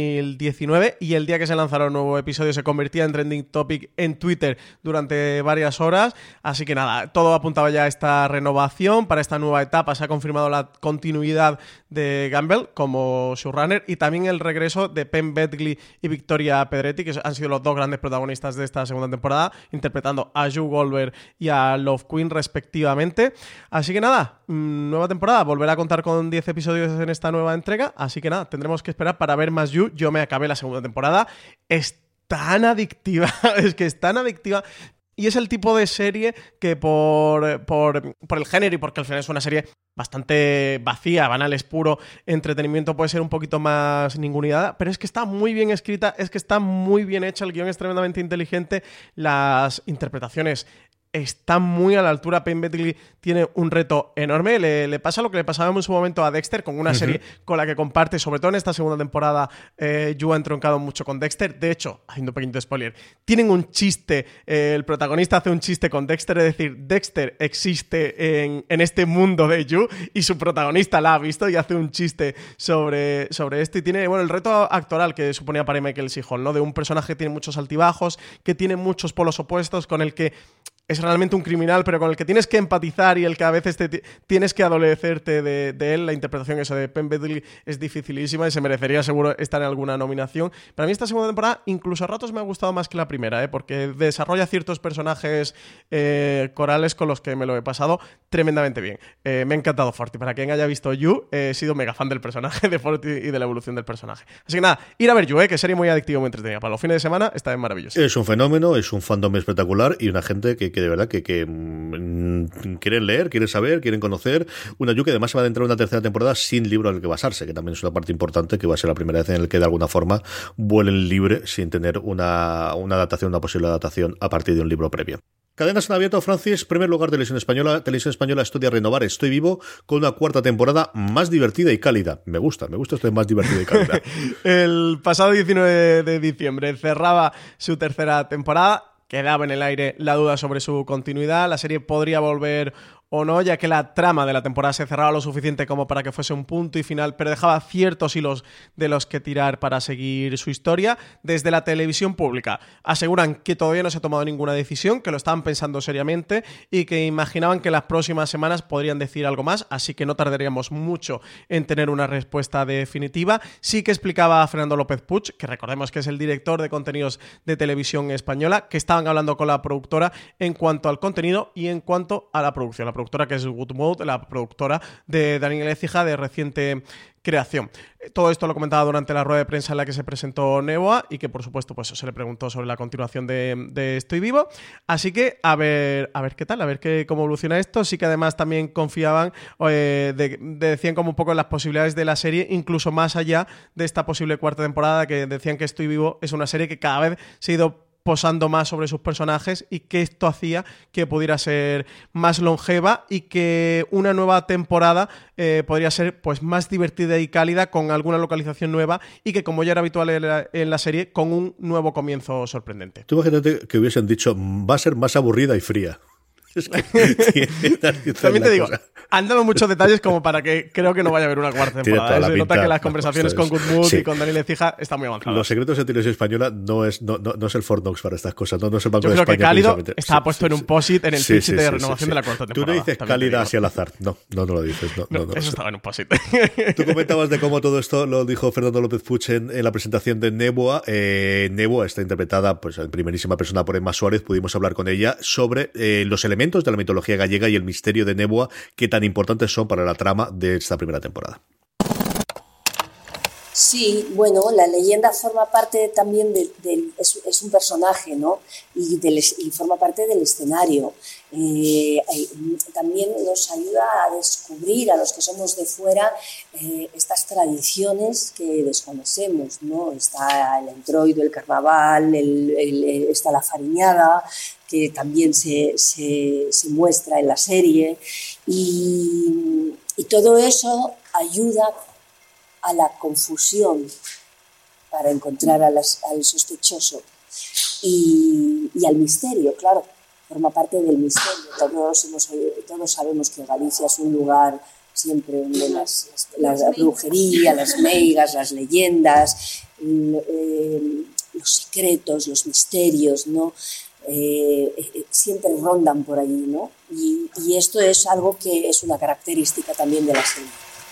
2019 y el día que se lanzara un nuevo episodio se convertía en trending topic en Twitter durante varias horas. Así que nada, todo apuntaba ya a esta renovación. Para esta nueva etapa se ha confirmado la continuidad de Gamble como showrunner y también el regreso de Penn Badgley y Victoria Pedretti, que han sido los dos grandes protagonistas de esta segunda temporada, interpretando a Joe Goldberg y a Love Queen respectivamente. Así que nada, nueva temporada, volverá a contar con 10 episodios en esta nueva entrega, así que nada, tendremos que esperar para ver más You. Yo me acabé la segunda temporada, es tan adictiva, es que es tan adictiva. Y es el tipo de serie que por el género y porque al final es una serie bastante vacía, banal, es puro entretenimiento, puede ser un poquito más ninguneada, pero es que está muy bien escrita, es que está muy bien hecha, el guión es tremendamente inteligente, las interpretaciones están muy a la altura. Penn Badgley tiene un reto enorme. Le pasa lo que le pasaba en su momento a Dexter, con una serie con la que comparte, sobre todo en esta segunda temporada. You ha entroncado mucho con Dexter. De hecho, haciendo un pequeño spoiler, tienen un chiste. El protagonista hace un chiste con Dexter, es decir, Dexter existe en este mundo de You y su protagonista la ha visto y hace un chiste sobre esto. Y tiene, bueno, el reto actoral que suponía para Michael C. Hall, ¿no? De un personaje que tiene muchos altibajos, que tiene muchos polos opuestos, con el que es realmente un criminal, pero con el que tienes que empatizar y el que a veces tienes que adolecerte de él. La interpretación esa de Penn Badgley es dificilísima y se merecería seguro estar en alguna nominación. Para mí esta segunda temporada incluso a ratos me ha gustado más que la primera, porque desarrolla ciertos personajes corales con los que me lo he pasado tremendamente bien. Me ha encantado Forty. Para quien haya visto You, he sido mega fan del personaje de Forty y de la evolución del personaje. Así que nada, ir a ver You, que serie muy adictiva, muy entretenida. Para los fines de semana está maravilloso. Es un fenómeno, es un fandom espectacular y una gente que de verdad que quieren leer, quieren saber, quieren conocer. Una You que además se va a adentrar en una tercera temporada sin libro al que basarse, que también es una parte importante, que va a ser la primera vez en la que de alguna forma vuelen libre sin tener una adaptación, una posible adaptación a partir de un libro previo. Cadenas en abierto, Francis. Primer lugar, Televisión Española. Televisión Española estudia renovar Estoy Vivo con una cuarta temporada más divertida y cálida. Me gusta esto de más divertida y cálida. El pasado 19 de diciembre cerraba su tercera temporada. Quedaba en el aire la duda sobre su continuidad. La serie podría volver o no, ya que la trama de la temporada se cerraba lo suficiente como para que fuese un punto y final, pero dejaba ciertos hilos de los que tirar para seguir su historia. Desde la televisión pública aseguran que todavía no se ha tomado ninguna decisión, que lo estaban pensando seriamente y que imaginaban que en las próximas semanas podrían decir algo más, así que no tardaríamos mucho en tener una respuesta definitiva. Sí que explicaba a Fernando López Puig, que recordemos que es el director de contenidos de Televisión Española, que estaban hablando con la productora en cuanto al contenido y en cuanto a la producción. La productora que es Good Mode, la productora de Daniel Écija, de reciente creación. Todo esto lo comentaba durante la rueda de prensa en la que se presentó Neboa y que por supuesto pues se le preguntó sobre la continuación de Estoy Vivo. Así que a ver qué tal, a ver cómo evoluciona esto. Sí que además también confiaban, decían como un poco en las posibilidades de la serie, incluso más allá de esta posible cuarta temporada, que decían que Estoy Vivo es una serie que cada vez se ha ido posando más sobre sus personajes y que esto hacía que pudiera ser más longeva y que una nueva temporada podría ser pues más divertida y cálida, con alguna localización nueva y que, como ya era habitual en la serie, con un nuevo comienzo sorprendente. Tú imagínate que hubiesen dicho va a ser más aburrida y fría. Es que también te digo, han dado muchos detalles como para que creo que no vaya a haber una cuarta temporada. Se nota que las conversaciones con Good Mood y con Daniel Écija están muy avanzadas. Los secretos de Televisión Española no es el Fort Knox para estas cosas, no es el Banco de España. Yo creo que cálido estaba puesto en un post-it en el pitch de renovación de la cuarta temporada. Tú no dices cálida así al azar. No lo dices. No, eso estaba en un post-it. Tú comentabas de cómo todo esto lo dijo Fernando López Puig en la presentación de Neboa. Neboa está interpretada pues en primerísima persona por Emma Suárez. Pudimos hablar con ella sobre los elementos de la mitología gallega y el misterio de Neboa, que tan importantes son para la trama de esta primera temporada. Sí, bueno, la leyenda forma parte también es un personaje, ¿no? Y forma parte del escenario. También nos ayuda a descubrir a los que somos de fuera estas tradiciones que desconocemos, ¿no? Está el entroido, el carnaval, está la fariñada, que también se muestra en la serie, y todo eso ayuda a la confusión para encontrar al sospechoso y al misterio, claro, forma parte del misterio. Todos sabemos que Galicia es un lugar siempre donde la brujería, las meigas, las leyendas, los secretos, los misterios, ¿no? Siempre rondan por allí, ¿no? Y esto es algo que es una característica también de la serie.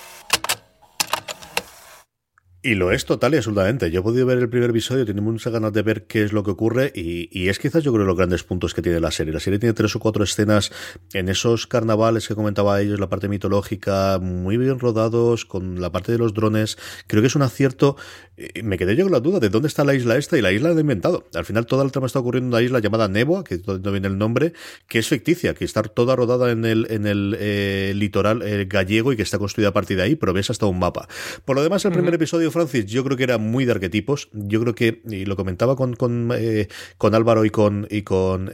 Y lo es total y absolutamente. Yo he podido ver el primer episodio, tengo muchas ganas de ver qué es lo que ocurre y es quizás yo creo los grandes puntos que tiene la serie. La serie tiene 3 o 4 escenas en esos carnavales que comentaba ellos, la parte mitológica, muy bien rodados, con la parte de los drones. Creo que es un acierto. Me quedé yo con la duda de dónde está la isla esta, y la isla la he inventado. Al final toda el trama está ocurriendo en una isla llamada Neboa, que no viene el nombre, que es ficticia, que está toda rodada en el litoral gallego y que está construida a partir de ahí, pero ves hasta un mapa. Por lo demás, el primer episodio, Francis, yo creo que era muy de arquetipos. Yo creo que, y lo comentaba con Álvaro y con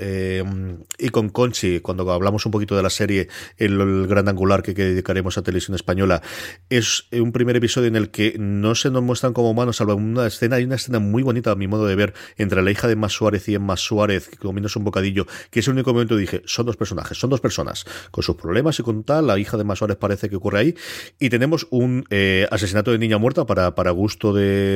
Conchi cuando hablamos un poquito de la serie, el gran angular que dedicaremos a Televisión Española, es un primer episodio en el que no se nos muestran como humanos, salvo una escena. Hay una escena muy bonita a mi modo de ver entre la hija de Emma Suárez y Emma Suárez comiéndose un bocadillo, que es el único momento que dije, son dos personajes, son dos personas con sus problemas y con tal. La hija de Emma Suárez parece que ocurre ahí, y tenemos un asesinato de niña muerta para gusto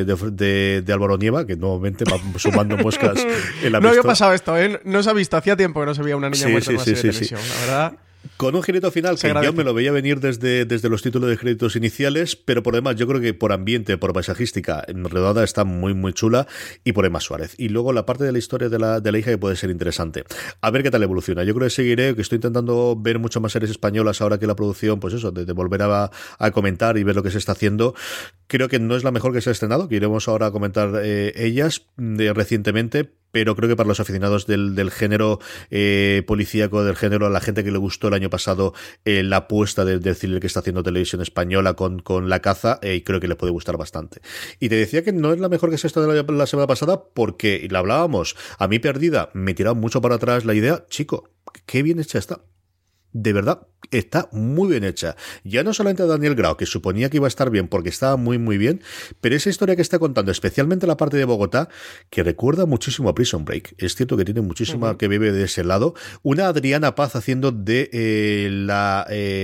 de Álvaro Nieva, que nuevamente va sumando moscas en la No había pasado esto, ¿eh? No se ha visto, hacía tiempo que no se veía una niña muerta en una serie de televisión, la verdad. Con un girito final que yo me lo veía venir desde los títulos de créditos iniciales, pero por demás yo creo que por ambiente, por paisajística, rodada está muy muy chula, y por Emma Suárez. Y luego la parte de la historia de la hija, que puede ser interesante. A ver qué tal evoluciona. Yo creo que seguiré, que estoy intentando ver muchas más series españolas ahora que la producción, pues eso, de volver a comentar y ver lo que se está haciendo. Creo que no es la mejor que se ha estrenado, que iremos ahora a comentar ellas recientemente, pero creo que para los aficionados del género policíaco, del género, a la gente que le gustó el año pasado la apuesta del thriller que está haciendo Televisión Española con La Caza, creo que les puede gustar bastante. Y te decía que no es la mejor que se ha estado la semana pasada, porque, y la hablábamos, a mí perdida, me tiraba mucho para atrás la idea, chico, qué bien hecha está. De verdad, está muy bien hecha. Ya no solamente Daniel Grau, que suponía que iba a estar bien porque estaba muy muy bien, pero esa historia que está contando, especialmente la parte de Bogotá, que recuerda muchísimo a Prison Break. Es cierto que tiene muchísima que bebe de ese lado. Una Adriana Paz haciendo de la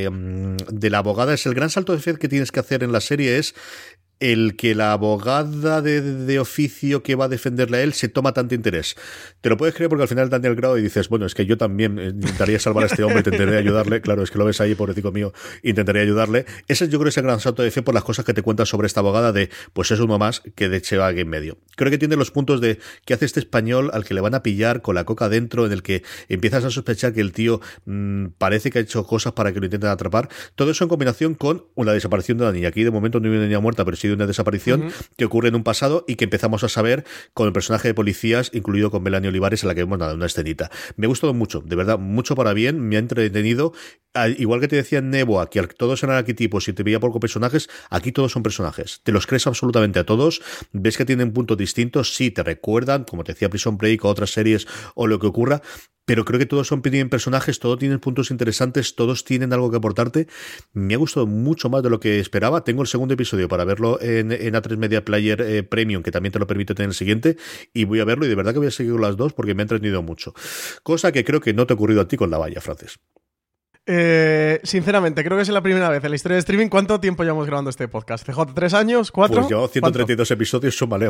abogada. Es el gran salto de fe que tienes que hacer en la serie, es el que la abogada de oficio que va a defenderle a él se toma tanto interés. Te lo puedes creer porque al final Daniel Grau y dices, bueno, es que yo también intentaría salvar a este hombre, intentaré ayudarle. Claro, es que lo ves ahí, pobrecito mío, intentaré ayudarle. Ese yo creo que es el gran salto de fe por las cosas que te cuentas sobre esta abogada de, pues es uno más que de se va aquí en medio. Creo que tiene los puntos de que hace este español al que le van a pillar con la coca dentro, en el que empiezas a sospechar que el tío parece que ha hecho cosas para que lo intenten atrapar. Todo eso en combinación con una desaparición de la niña. Aquí de momento no hay una niña muerta, pero sí de una desaparición que ocurre en un pasado y que empezamos a saber con el personaje de policías, incluido con Melanie Olivares, a la que vemos nada, una escenita. Me ha gustado mucho, de verdad, mucho para bien, me ha entretenido. Igual que te decía en Neboa, que todos eran arquetipos y te veía poco personajes, aquí todos son personajes. Te los crees absolutamente a todos, ves que tienen puntos distintos, sí, te recuerdan, como te decía, Prison Break o otras series o lo que ocurra, pero creo que todos tienen personajes, todos tienen puntos interesantes, todos tienen algo que aportarte. Me ha gustado mucho más de lo que esperaba. Tengo el segundo episodio para verlo en A3 Media Player Premium, que también te lo permite tener el siguiente, y voy a verlo, y de verdad que voy a seguir las dos porque me ha entretenido mucho. Cosa que creo que no te ha ocurrido a ti con La Valla, Francis. Sinceramente, creo que es la primera vez en la historia de streaming. ¿Cuánto tiempo llevamos grabando este podcast? ¿CJ? ¿3 años? ¿4? Pues yo 132 episodios, súmale.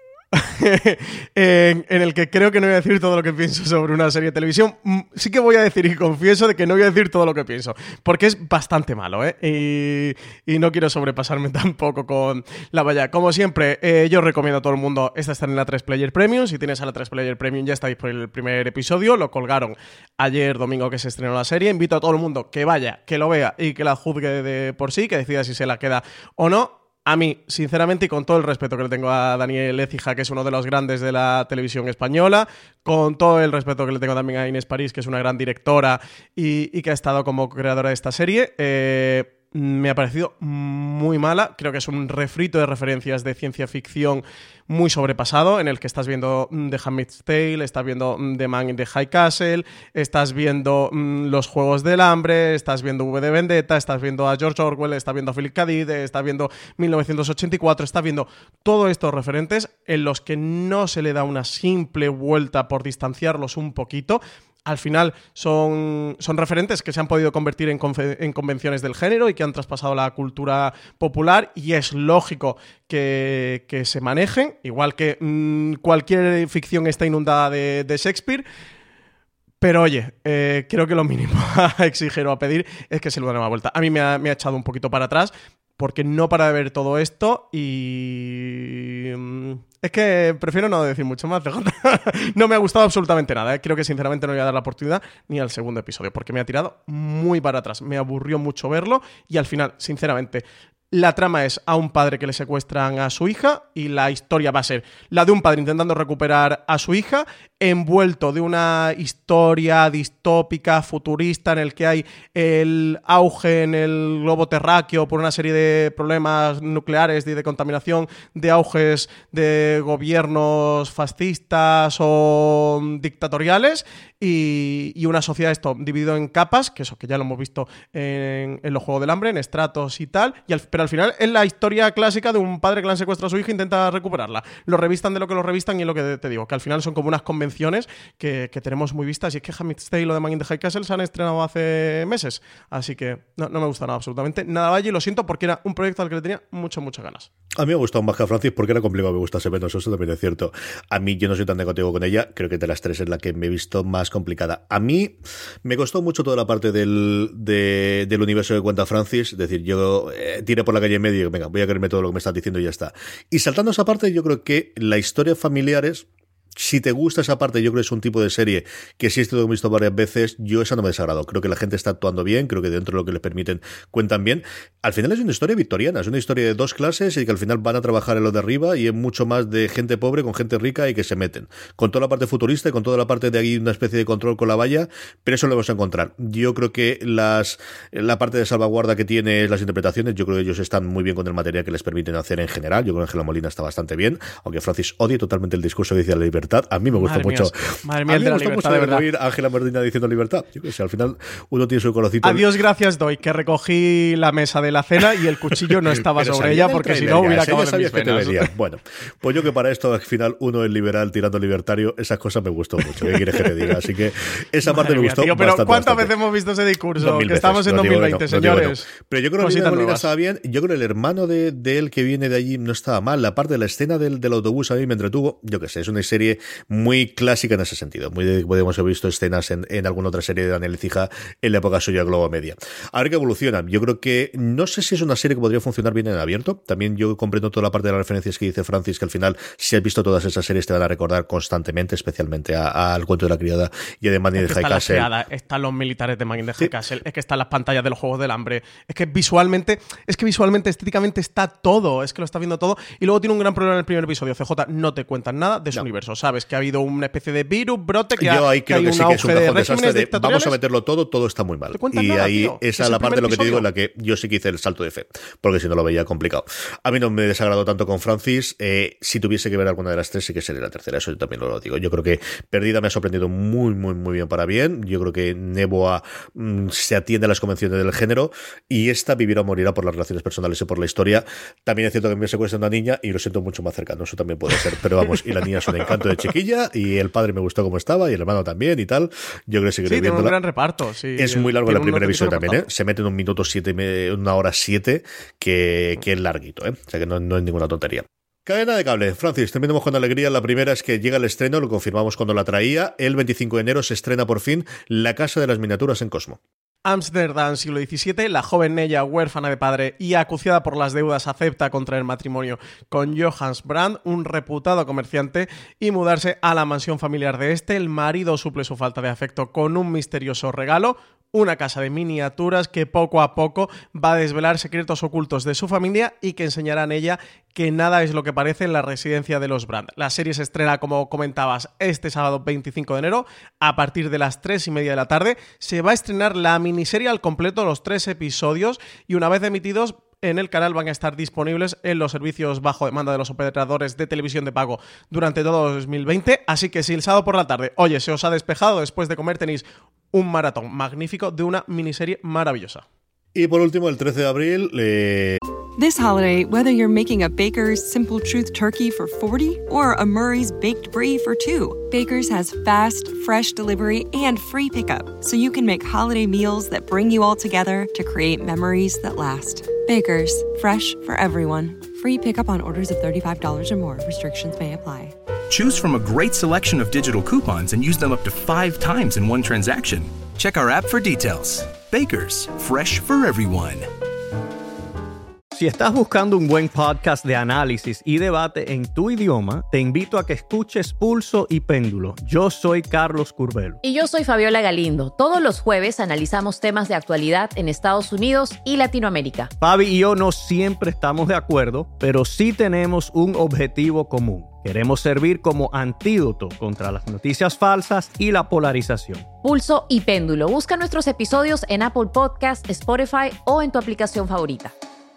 en el que creo que no voy a decir todo lo que pienso sobre una serie de televisión. Sí que voy a decir, y confieso de que no voy a decir todo lo que pienso, porque es bastante malo, y no quiero sobrepasarme tampoco con La Valla. Como siempre, yo recomiendo a todo el mundo, esta está en la 3 Player Premium. Si tienes a la 3 Player Premium, ya está disponible el primer episodio, lo colgaron ayer domingo que se estrenó la serie. Invito a todo el mundo que vaya, que lo vea y que la juzgue de por sí, que decida si se la queda o no. A mí, sinceramente, y con todo el respeto que le tengo a Daniel Écija, que es uno de los grandes de la televisión española, con todo el respeto que le tengo también a Inés París, que es una gran directora y que ha estado como creadora de esta serie, me ha parecido muy mala. Creo que es un refrito de referencias de ciencia ficción muy sobrepasado, en el que estás viendo The Handmaid's Tale, estás viendo The Man in the High Castle, estás viendo Los Juegos del Hambre, estás viendo V de Vendetta, estás viendo a George Orwell, estás viendo a Philip K. Dick, estás viendo 1984, estás viendo todos estos referentes en los que no se le da una simple vuelta por distanciarlos un poquito. Al final son referentes que se han podido convertir en convenciones del género y que han traspasado a la cultura popular, y es lógico que se manejen, igual que cualquier ficción está inundada de Shakespeare. Pero oye, creo que lo mínimo a exigir o a pedir es que se le den una vuelta. A mí me ha echado un poquito para atrás, porque no para de ver todo esto y... es que prefiero no decir mucho más, CJ. No me ha gustado absolutamente nada, ¿eh? Creo que sinceramente no le voy a dar la oportunidad ni al segundo episodio, porque me ha tirado muy para atrás. Me aburrió mucho verlo y al final, sinceramente, la trama es a un padre que le secuestran a su hija y la historia va a ser la de un padre intentando recuperar a su hija, envuelto de una historia distópica, futurista, en el que hay el auge en el globo terráqueo por una serie de problemas nucleares y de contaminación, de auges de gobiernos fascistas o dictatoriales, y una sociedad dividido en capas, que eso que ya lo hemos visto en los Juegos del Hambre, en estratos y tal, pero al final es la historia clásica de un padre que le han secuestrado a su hija e intenta recuperarla. Lo revistan de lo que lo revistan, y es lo que te digo, que al final son como unas convenciones que tenemos muy vistas, y es que Handmaid's Tale o The Man in the High Castle se han estrenado hace meses, así que no me gusta nada, absolutamente nada. Vaya, y lo siento, porque era un proyecto al que le tenía muchas ganas. A mí me ha gustado más que a Francis, porque era complicado, me gustase menos, eso también es cierto. A mí, yo no soy tan negativo con ella, creo que de las tres es la que me he visto más complicada. A mí me costó mucho toda la parte del universo que cuenta Francis, es decir, yo tiré por la calle en medio y digo, venga, voy a creerme todo lo que me estás diciendo y ya está. Y saltando esa parte, yo creo que la historia familiares, si te gusta esa parte, yo creo que es un tipo de serie que sí he visto varias veces, yo esa no me desagrado. Creo que la gente está actuando bien, creo que dentro de lo que les permiten cuentan bien. Al final es una historia victoriana, es una historia de dos clases y que al final van a trabajar en lo de arriba, y es mucho más de gente pobre con gente rica y que se meten. Con toda la parte futurista y con toda la parte de ahí una especie de control con la valla, pero eso lo vamos a encontrar. Yo creo que la parte de salvaguarda que tiene las interpretaciones, yo creo que ellos están muy bien con el material que les permiten hacer en general. Yo creo que Ángela Molina está bastante bien, aunque Francis odie totalmente el discurso que dice la libertad. A mí me gustó mucho. Madre mía, el de la libertad, de verdad. Oír a Ángela Molina diciendo libertad. Yo que sé, al final uno tiene su colorcito. Adiós, gracias doy, que recogí la mesa de la cena y el cuchillo no estaba sobre ella, porque si no hubiera acabado en mis venas. Bueno, pues yo que para esto al final uno es liberal tirando libertario, esas cosas me gustó mucho. ¿Qué quieres que te diga? Así que esa parte me gustó tío, pero bastante. ¿Cuántas veces hemos visto ese discurso? Que estamos en 2020, señores. Pero yo creo que Ángela Molina estaba bien. Yo creo que el hermano de él que viene de allí no estaba mal. La parte de la escena del autobús a mí me entretuvo. Yo que sé, es una serie muy clásica en ese sentido. Podemos haber visto escenas en alguna otra serie de Daniel Écija en la época suya Globo Media. A ver qué evoluciona. Yo creo que no sé si es una serie que podría funcionar bien en abierto. También yo comprendo toda la parte de las referencias que dice Francis, que al final, si has visto todas esas series, te van a recordar constantemente, especialmente al cuento de la criada y de Man in the High Castle. Están los militares de Man in the High Castle, es que están las pantallas de los Juegos del Hambre, es que visualmente, estéticamente está todo, es que lo está viendo todo. Y luego tiene un gran problema en el primer episodio. CJ, no te cuentan nada de su universo. Sabes que ha habido una especie de virus, brote, que yo ahí creo que hay sí un que es un auge de cajón regímenes desastre dictatoriales. Vamos a meterlo todo está muy mal. Y nada, ahí tío. esa es la parte de lo que te digo, en la que yo sí que hice el salto de fe, porque si no lo veía complicado. A mí no me desagradó tanto con Francis. Si tuviese que ver alguna de las tres, sí que sería la tercera, eso yo también lo digo. Yo creo que Perdida me ha sorprendido muy bien para bien. Yo creo que Neboa se atiende a las convenciones del género, y esta vivirá o morirá por las relaciones personales y por la historia. También es cierto que me secuestra una niña y lo siento mucho más cercano, eso también puede ser, pero vamos, y la niña es un encanto de chiquilla, y el padre me gustó como estaba, y el hermano también y tal. Yo creo que seguiré viéndola. Tiene un gran reparto. Sí, es muy largo la primera episodio también, ¿eh? Se mete en 1 minuto 7, 1 hora 7, que es larguito, ¿eh? O sea que no es ninguna tontería. Cadena de cable. Francis, terminamos con alegría. La primera es que llega el estreno, lo confirmamos cuando la traía. El 25 de enero se estrena por fin La Casa de las Miniaturas en Cosmo. Ámsterdam, siglo XVII, la joven Nella, huérfana de padre y acuciada por las deudas, acepta contraer matrimonio con Johannes Brand, un reputado comerciante, y mudarse a la mansión familiar de este. El marido suple su falta de afecto con un misterioso regalo, una casa de miniaturas que poco a poco va a desvelar secretos ocultos de su familia y que enseñarán ella que nada es lo que parece en la residencia de los Brandt. La serie se estrena, como comentabas, este sábado 25 de enero a partir de las 3:30 de la tarde. Se va a estrenar la miniserie al completo, los 3 episodios, y una vez emitidos en el canal van a estar disponibles en los servicios bajo demanda de los operadores de televisión de pago durante todo 2020, así que si el sábado por la tarde, oye, se os ha despejado después de comer, tenéis un maratón magnífico de una miniserie maravillosa. Y por último, el 13 de abril... This holiday, whether you're making a Baker's Simple Truth turkey for 40 or a Murray's Baked Brie for 2, Baker's has fast, fresh delivery and free pickup, so you can make holiday meals that bring you all together to create memories that last. Baker's, fresh for everyone. Free pickup on orders of $35 or more. Restrictions may apply. Choose from a great selection of digital coupons and use them up to 5 times in one transaction. Check our app for details. Baker's, fresh for everyone. Si estás buscando un buen podcast de análisis y debate en tu idioma, te invito a que escuches Pulso y Péndulo. Yo soy Carlos Curbelo. Y yo soy Fabiola Galindo. Todos los jueves analizamos temas de actualidad en Estados Unidos y Latinoamérica. Fabi y yo no siempre estamos de acuerdo, pero sí tenemos un objetivo común. Queremos servir como antídoto contra las noticias falsas y la polarización. Pulso y Péndulo. Busca nuestros episodios en Apple Podcasts, Spotify o en tu aplicación favorita.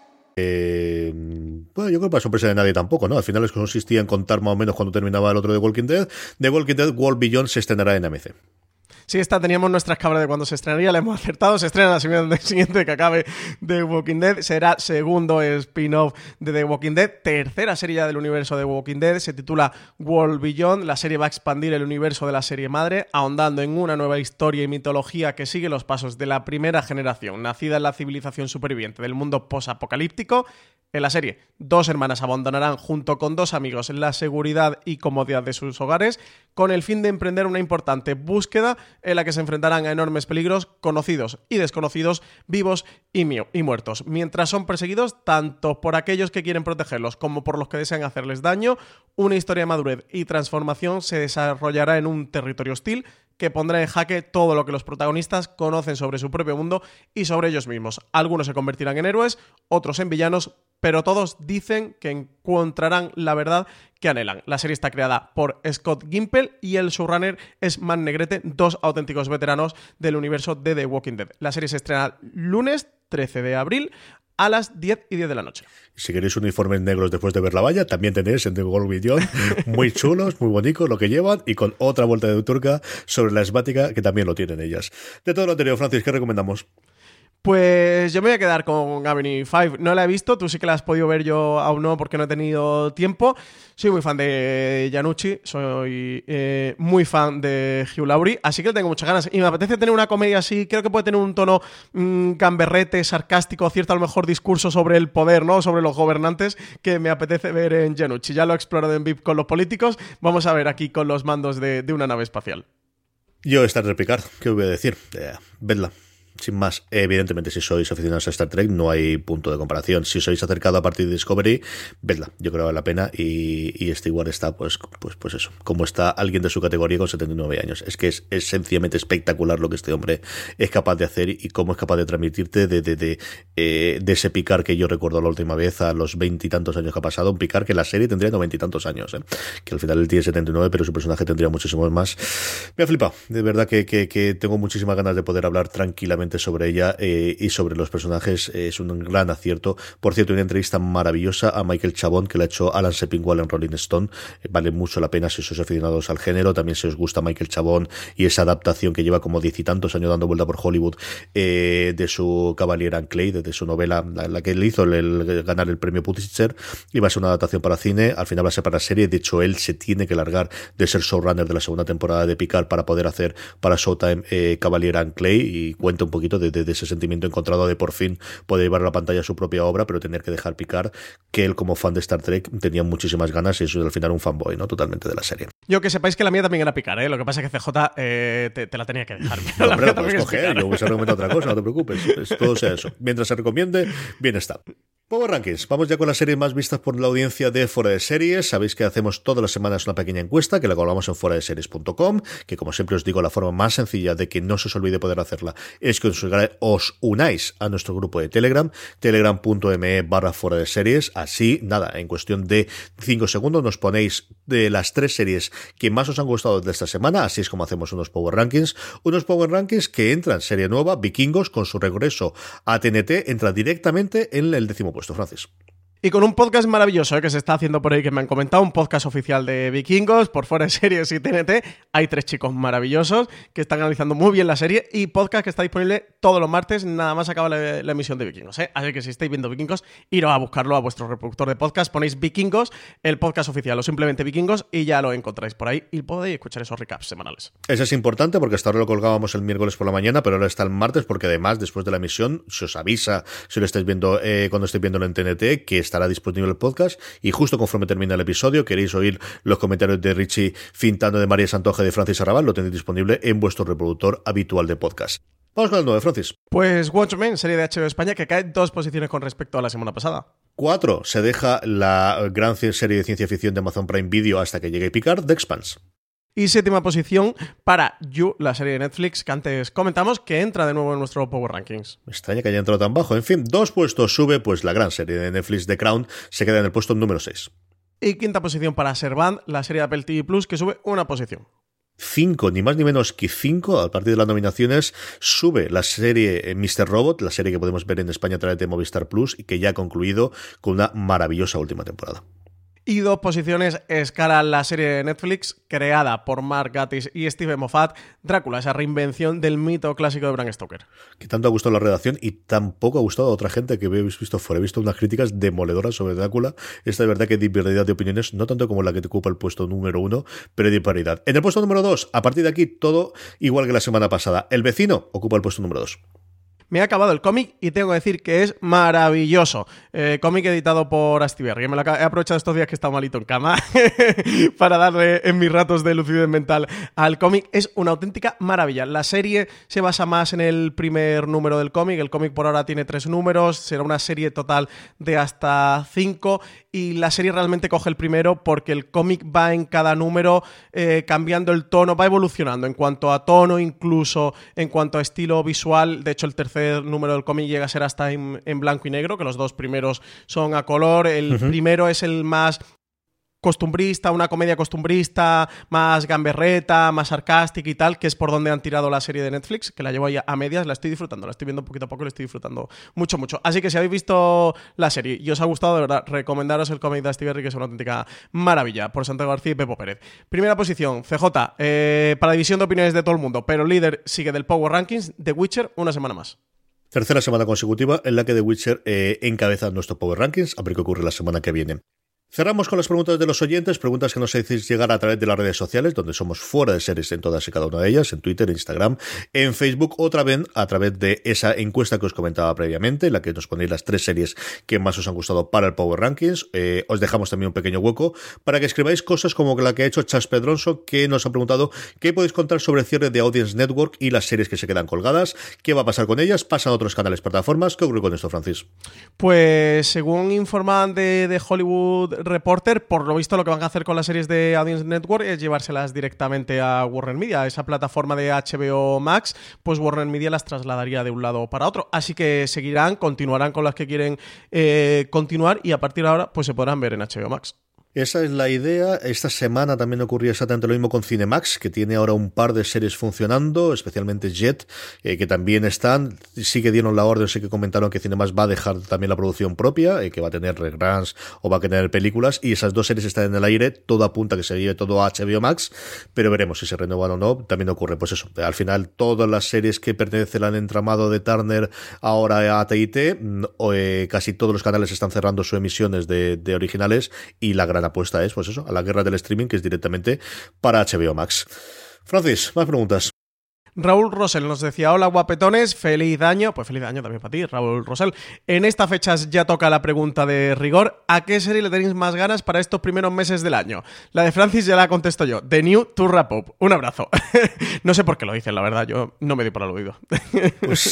Bueno, yo creo que para sorpresa de nadie tampoco, ¿no? Al final es que consistía en contar más o menos cuando terminaba el otro de Walking Dead. The Walking Dead World Beyond se estrenará en AMC. Sí, teníamos nuestras cabras de cuando se estrenaría, la hemos acertado. Se estrena la semana siguiente que acabe The Walking Dead. Será segundo spin-off de The Walking Dead. Tercera serie ya del universo de The Walking Dead. Se titula World Beyond. La serie va a expandir el universo de la serie madre, ahondando en una nueva historia y mitología que sigue los pasos de la primera generación, nacida en la civilización superviviente del mundo posapocalíptico. En la serie, 2 hermanas abandonarán junto con 2 amigos la seguridad y comodidad de sus hogares con el fin de emprender una importante búsqueda en la que se enfrentarán a enormes peligros conocidos y desconocidos, vivos y muertos, mientras son perseguidos tanto por aquellos que quieren protegerlos como por los que desean hacerles daño. Una historia de madurez y transformación se desarrollará en un territorio hostil que pondrá en jaque todo lo que los protagonistas conocen sobre su propio mundo y sobre ellos mismos. Algunos se convertirán en héroes, otros en villanos, pero todos dicen que encontrarán la verdad que anhelan. La serie está creada por Scott Gimple y el showrunner es Matt Negrete, 2 auténticos veteranos del universo de The Walking Dead. La serie se estrena lunes 13 de abril a las 10:10 de la noche. Si queréis uniformes negros después de ver la valla, también tenéis en The World Beyond, muy chulos, muy bonitos lo que llevan, y con otra vuelta de turca sobre la esvática, que también lo tienen ellas. De todo lo anterior, Francis, ¿qué recomendamos? Pues yo me voy a quedar con Avenue 5. No la he visto, tú sí que la has podido ver, yo aún no, porque no he tenido tiempo. Soy muy fan de Iannucci, soy muy fan de Hugh Laurie, así que tengo muchas ganas. Y me apetece tener una comedia así, creo que puede tener un tono gamberrete, sarcástico, cierto a lo mejor discurso sobre el poder, ¿no? Sobre los gobernantes, que me apetece ver en Iannucci. Ya lo he explorado en VIP con los políticos, vamos a ver aquí con los mandos de una nave espacial. Yo Star Trek Picard, ¿qué voy a decir? Vedla. Sin más, evidentemente, si sois aficionados a Star Trek, no hay punto de comparación. Si os habéis acercado a partir de Discovery, vedla, yo creo que vale la pena. Y Stewart está, pues eso, como está alguien de su categoría con 79 años. Es que es sencillamente espectacular lo que este hombre es capaz de hacer y cómo es capaz de transmitirte de ese Picard que yo recuerdo la última vez a los 20 y tantos años que ha pasado. Un Picard que en la serie tendría 90 y tantos años, que al final él tiene 79, pero su personaje tendría muchísimos más. Me ha flipado, de verdad que tengo muchísimas ganas de poder hablar tranquilamente sobre ella y sobre los personajes. Es un gran acierto. Por cierto, una entrevista maravillosa a Michael Chabon que le ha hecho Alan Sepinwall en Rolling Stone. Vale mucho la pena si sois aficionados al género. También si os gusta Michael Chabon y esa adaptación que lleva como 10 y tantos años dando vuelta por Hollywood de su Cavalier and Clay, de su novela, la que le hizo ganar el premio Pulitzer. Iba a ser una adaptación para cine, al final va a ser para serie. De hecho, él se tiene que largar de ser showrunner de la segunda temporada de Picard para poder hacer para Showtime Cavalier and Clay, y cuenta un poquito de ese sentimiento encontrado de por fin poder llevar a la pantalla su propia obra, pero tener que dejar Picard, que él como fan de Star Trek tenía muchísimas ganas, y es al final un fanboy, ¿no? Totalmente de la serie. Yo que sepáis que la mía también era Picard, ¿eh? Lo que pasa es que CJ te la tenía que dejar. No, pero la puedes coger, yo voy a recomendar otra cosa, no te preocupes. Todo sea eso. Mientras se recomiende, bien está. Power Rankings. Vamos ya con las series más vistas por la audiencia de Fuera de Series. Sabéis que hacemos todas las semanas una pequeña encuesta que la colgamos en fueradeseries.com, que como siempre os digo, la forma más sencilla de que no se os olvide poder hacerla es que os unáis a nuestro grupo de Telegram, telegram.me/fuera de series. Así, nada, en cuestión de 5 segundos nos ponéis de las 3 series que más os han gustado de esta semana. Así es como hacemos unos Power Rankings. Unos Power Rankings que entran, serie nueva, Vikingos, con su regreso a TNT, entra directamente en el 10º puesto, Francis. Y con un podcast maravilloso que se está haciendo por ahí, que me han comentado, un podcast oficial de Vikingos, por Fuera de Series y TNT. Hay 3 chicos maravillosos que están analizando muy bien la serie y podcast que está disponible todos los martes, nada más acaba la emisión de Vikingos, ¿eh? Así que si estáis viendo Vikingos, iros a buscarlo a vuestro reproductor de podcast, ponéis Vikingos, el podcast oficial, o simplemente Vikingos, y ya lo encontráis por ahí y podéis escuchar esos recaps semanales. Eso es importante porque hasta ahora lo colgábamos el miércoles por la mañana, pero ahora está el martes porque además, después de la emisión, se os avisa, si lo estáis viendo cuando estéis viéndolo en TNT, que estará disponible el podcast, y justo conforme termina el episodio queréis oír los comentarios de Richie Fintano, de María Santoja y de Francis Arrabal, lo tenéis disponible en vuestro reproductor habitual de podcast. Vamos con el 9, Francis. Pues Watchmen, serie de HBO España, que cae 2 posiciones con respecto a la semana pasada. 4, se deja la gran serie de ciencia ficción de Amazon Prime Video hasta que llegue Picard, The Expanse. Y 7ª posición para You, la serie de Netflix que antes comentamos, que entra de nuevo en nuestro Power Rankings. Me extraña que haya entrado tan bajo. En fin, 2 puestos sube, pues la gran serie de Netflix, The Crown, se queda en el puesto número 6. Y 5ª posición para Servant, la serie de Apple TV Plus, que sube 1 posición. 5, ni más ni menos que 5, a partir de las nominaciones, sube la serie Mr. Robot, la serie que podemos ver en España a través de Movistar Plus y que ya ha concluido con una maravillosa última temporada. Y 2 posiciones escala la serie de Netflix creada por Mark Gatiss y Steven Moffat, Drácula, esa reinvención del mito clásico de Bram Stoker. Que tanto ha gustado la redacción y tampoco ha gustado a otra gente que habéis visto fuera. He visto unas críticas demoledoras sobre Drácula. Esta es verdad que hay disparidad de opiniones, no tanto como la que te ocupa el puesto número 1, pero hay disparidad. En el puesto número 2, a partir de aquí, todo igual que la semana pasada. El vecino ocupa el puesto número 2. Me ha acabado el cómic y tengo que decir que es maravilloso. Cómic editado por Astiberri. He aprovechado estos días que he estado malito en cama para darle en mis ratos de lucidez mental al cómic. Es una auténtica maravilla. La serie se basa más en el primer número del cómic. El cómic por ahora tiene 3 números. Será una serie total de hasta 5. Y la serie realmente coge el primero porque el cómic va en cada número cambiando el tono, va evolucionando en cuanto a tono, incluso en cuanto a estilo visual. De hecho, el tercer número del cómic llega a ser hasta en blanco y negro, que los 2 primeros son a color. El primero es el más costumbrista, una comedia costumbrista, más gamberreta, más sarcástica y tal, que es por donde han tirado la serie de Netflix, que la llevo ya a medias, la estoy disfrutando, la estoy viendo poquito a poco y la estoy disfrutando mucho, mucho. Así que si habéis visto la serie y os ha gustado, de verdad, recomendaros el cómic de Astiberri, que es una auténtica maravilla, por Santiago García y Pepo Pérez. Primera posición, CJ, para división de opiniones de todo el mundo, pero líder sigue del Power Rankings, The Witcher, una semana más. Tercera semana consecutiva en la que The Witcher encabeza nuestro Power Rankings, a ver qué ocurre la semana que viene. Cerramos con las preguntas de los oyentes, preguntas que nos hacéis llegar a través de las redes sociales, donde somos Fuera de Series en todas y cada una de ellas, en Twitter, en Instagram, en Facebook, otra vez a través de esa encuesta que os comentaba previamente, en la que nos ponéis las 3 series que más os han gustado para el Power Rankings. Os dejamos también un pequeño hueco para que escribáis cosas como la que ha hecho Chas Pedronso, que nos ha preguntado qué podéis contar sobre el cierre de Audience Network y las series que se quedan colgadas, qué va a pasar con ellas, pasan a otros canales, plataformas. ¿Qué ocurre con esto, Francis? Pues según informan de Hollywood Reporter, por lo visto lo que van a hacer con las series de Audience Network es llevárselas directamente a Warner Media, esa plataforma de HBO Max, pues Warner Media las trasladaría de un lado para otro, así que continuarán con las que quieren continuar y a partir de ahora pues se podrán ver en HBO Max. Esa es la idea. Esta semana también ocurría exactamente lo mismo con Cinemax, que tiene ahora un par de series funcionando, especialmente Jet, que también están. Sí que dieron la orden, sí que comentaron que Cinemax va a dejar también la producción propia, que va a tener reruns o va a tener películas, y esas 2 series están en el aire. Todo apunta a que se lleve todo a HBO Max, pero veremos si se renuevan o no. También ocurre, pues eso, al final todas las series que pertenecen al entramado de Turner ahora a TNT, casi todos los canales están cerrando sus emisiones de originales, y la gran apuesta es, pues eso, a la guerra del streaming, que es directamente para HBO Max. Francis, más preguntas. Raúl Rosell nos decía: hola guapetones, feliz año. Pues feliz año también para ti, Raúl Rosell. En estas fechas ya toca la pregunta de rigor: ¿a qué serie le tenéis más ganas para estos primeros meses del año? La de Francis ya la contesto yo: The New to Wrap Up. Un abrazo. No sé por qué lo dicen, la verdad, yo no me di por aludido. Pues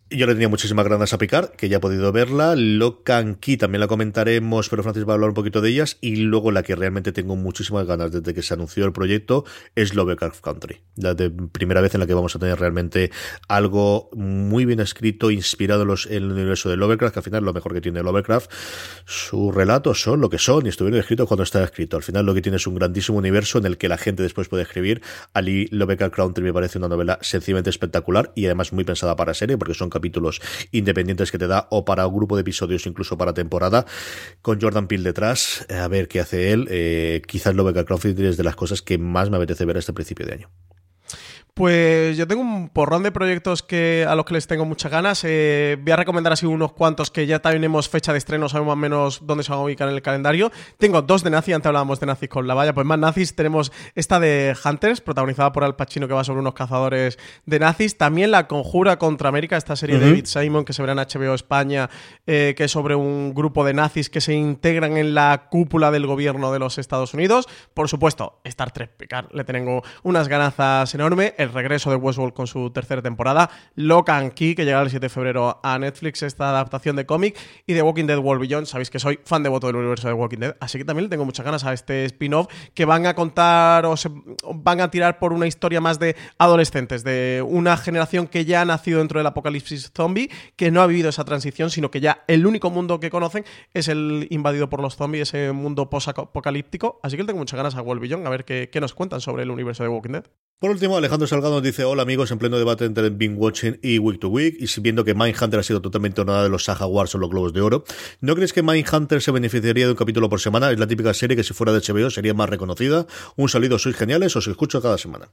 Yo le tenía muchísimas ganas a Picard, que ya he podido verla. Lock and Key también la comentaremos, pero Francis va a hablar un poquito de ellas. Y luego la que realmente tengo muchísimas ganas desde que se anunció el proyecto es Lovecraft Country. La de primera vez en la que vamos a tener realmente algo muy bien escrito, inspirado en el universo de Lovecraft, que al final es lo mejor que tiene Lovecraft. Sus relatos son lo que son y estuvieron escritos cuando estaba escrito. Al final lo que tiene es un grandísimo universo en el que la gente después puede escribir. Ali Lovecraft Country me parece una novela sencillamente espectacular y además muy pensada para serie, porque son capítulos independientes que te da, o para un grupo de episodios, incluso para temporada, con Jordan Peele detrás, a ver qué hace él. Quizás Lovecraft Country es de las cosas que más me apetece ver a este principio de año. Pues yo tengo un porrón de proyectos a los que les tengo muchas ganas. Voy a recomendar así unos cuantos que ya tenemos fecha de estreno, sabemos más o menos dónde se van a ubicar en el calendario. Tengo 2 de nazis, antes hablábamos de nazis con la valla, pues más nazis. Tenemos esta de Hunters, protagonizada por Al Pacino, que va sobre unos cazadores de nazis. También La Conjura contra América, esta serie de David Simon que se verá en HBO España, que es sobre un grupo de nazis que se integran en la cúpula del gobierno de los Estados Unidos. Por supuesto, Star Trek Picard, le tengo unas ganazas enormes. El regreso de Westworld con su tercera temporada, Lock and Key, que llega el 7 de febrero a Netflix, esta adaptación de cómic, y The Walking Dead World Beyond. Sabéis que soy fan devoto del universo de Walking Dead, así que también le tengo muchas ganas a este spin-off que van a contar van a tirar por una historia más de adolescentes, de una generación que ya ha nacido dentro del apocalipsis zombie, que no ha vivido esa transición, sino que ya el único mundo que conocen es el invadido por los zombies, ese mundo post-apocalíptico. Así que le tengo muchas ganas a World Beyond, a ver qué nos cuentan sobre el universo de Walking Dead. Por último, Alejandro Salgado nos dice: hola amigos, en pleno debate entre Binge Watching y Week to Week, y viendo que Mindhunter ha sido totalmente honrada de los SAG Awards o los Globos de Oro, ¿no crees que Mindhunter se beneficiaría de un capítulo por semana? Es la típica serie que si fuera de HBO sería más reconocida. Un saludo, sois geniales, os escucho cada semana.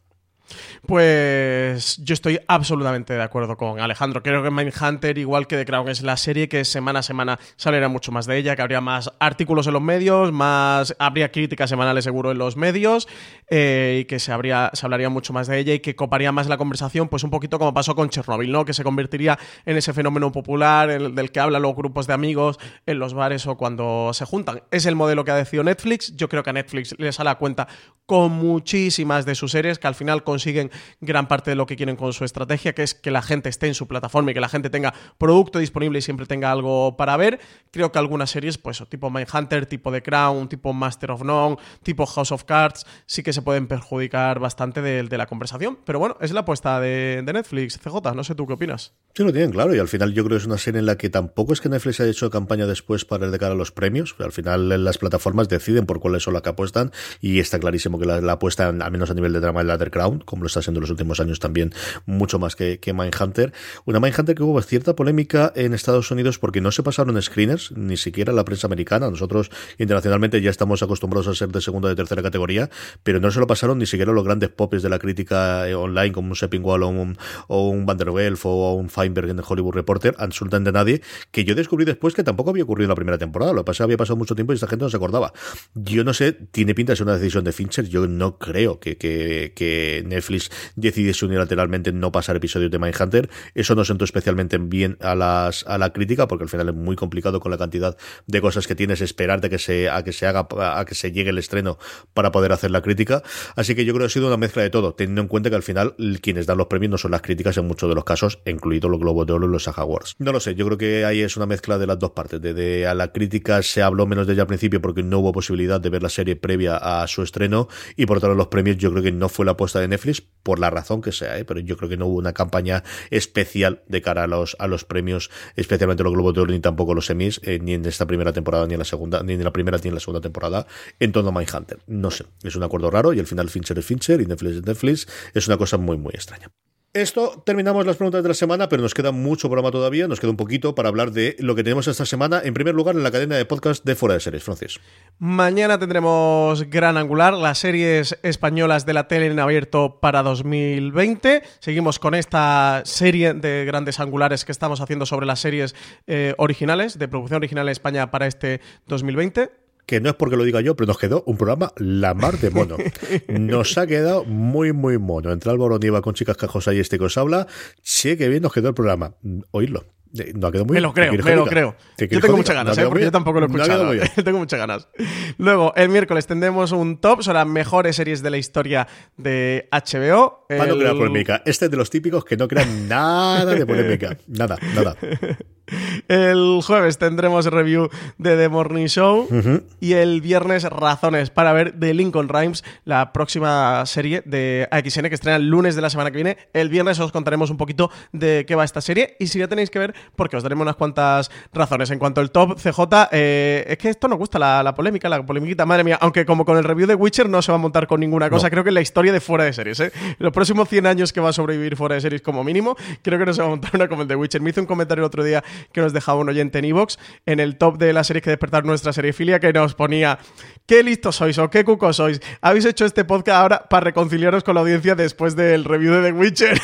Pues yo estoy absolutamente de acuerdo con Alejandro. Creo que Mindhunter, igual que The Crown, es la serie que semana a semana saldrá mucho más de ella, que habría más artículos en los medios, habría críticas semanales seguro en los medios, y que se hablaría mucho más de ella y que coparía más la conversación, pues un poquito como pasó con Chernobyl, ¿no? Que se convertiría en ese fenómeno popular del que hablan los grupos de amigos en los bares o cuando se juntan. Es el modelo que ha decidido Netflix. Yo creo que a Netflix le sale a cuenta con muchísimas de sus series, que al final consiguen gran parte de lo que quieren con su estrategia, que es que la gente esté en su plataforma y que la gente tenga producto disponible y siempre tenga algo para ver. Creo que algunas series, pues tipo Mindhunter, tipo The Crown, tipo Master of None, tipo House of Cards, sí que se pueden perjudicar bastante de la conversación. Pero bueno, es la apuesta de Netflix. CJ, no sé tú qué opinas. Sí, lo tienen claro, y al final yo creo que es una serie en la que tampoco es que Netflix haya hecho campaña después para de cara a los premios. Al final las plataformas deciden por cuáles son las que apuestan, y está clarísimo que la apuesta, al menos a nivel de drama, es la The Crown, como lo está haciendo en los últimos años también, mucho más que Mindhunter. Una Mindhunter que hubo cierta polémica en Estados Unidos porque no se pasaron screeners, ni siquiera la prensa americana. Nosotros internacionalmente ya estamos acostumbrados a ser de segunda o de tercera categoría, pero no se lo pasaron ni siquiera los grandes popes de la crítica online, como un Seppingwall o un Van der Welf o un Feinberg en el Hollywood Reporter, absolutamente nadie, que yo descubrí después que tampoco había ocurrido en la primera temporada. Lo que pasa es que había pasado mucho tiempo y esta gente no se acordaba. Yo no sé, tiene pinta de ser una decisión de Fincher. Yo no creo que Netflix decidiese unilateralmente no pasar episodios de Mindhunter. Eso no sentó especialmente bien a la crítica, porque al final es muy complicado con la cantidad de cosas que tienes esperarte a que se llegue el estreno para poder hacer la crítica. Así que yo creo que ha sido una mezcla de todo, teniendo en cuenta que al final quienes dan los premios no son las críticas en muchos de los casos, incluidos los Globos de Oro y los SAG Awards. No lo sé, yo creo que ahí es una mezcla de las dos partes. A la crítica se habló menos de ella al principio porque no hubo posibilidad de ver la serie previa a su estreno, y por otro, los premios yo creo que no fue la apuesta de Netflix, por la razón que sea, pero yo creo que no hubo una campaña especial de cara a los premios, especialmente los Globos de Oro, ni tampoco los Emmys, ni en esta primera temporada, ni en la segunda, ni en la primera ni en la segunda temporada, en torno a Mindhunter. No sé, es un acuerdo raro, y al final Fincher es Fincher y Netflix es Netflix. Es una cosa muy, muy extraña. Esto, terminamos las preguntas de la semana, pero nos queda mucho programa todavía, nos queda un poquito para hablar de lo que tenemos esta semana. En primer lugar, en la cadena de podcast de Fuera de Series. Francis. Mañana tendremos Gran Angular, las series españolas de la tele en abierto para 2020. Seguimos con esta serie de grandes angulares que estamos haciendo sobre las series originales, de producción original en España para este 2020. Que no es porque lo diga yo, pero nos quedó un programa la mar de mono. Nos ha quedado muy, muy mono. Entre Álvaro Nieva con Chicas Cajosa y este que os habla, sí que bien nos quedó el programa. Oídlo. No ha quedado muy bien. Me lo creo. Yo tengo muchas ganas, porque yo tampoco lo he escuchado. Tengo muchas ganas. Luego, el miércoles tendremos un top sobre las mejores series de la historia de HBO. Para no crear polémica. Este es de los típicos que no crean nada de polémica. Nada. El jueves tendremos review de The Morning Show y el viernes razones para ver The Lincoln Rhymes, la próxima serie de AXN que estrena el lunes de la semana que viene. El viernes os contaremos un poquito de qué va esta serie y si ya tenéis que ver, porque os daremos unas cuantas razones. En cuanto al top, CJ, es que esto nos gusta, la polemiquita, madre mía, aunque como con el review de Witcher no se va a montar con ninguna cosa, creo que en la historia de Fuera de Series, los próximos 100 años que va a sobrevivir Fuera de Series como mínimo, creo que no se va a montar una como el de Witcher. Me hizo un comentario el otro día que nos dejaba un oyente en iVoox en el top de las series que despertaron nuestra seriefilia, que nos ponía: qué listos sois o qué cucos sois, habéis hecho este podcast ahora para reconciliaros con la audiencia después del review de The Witcher.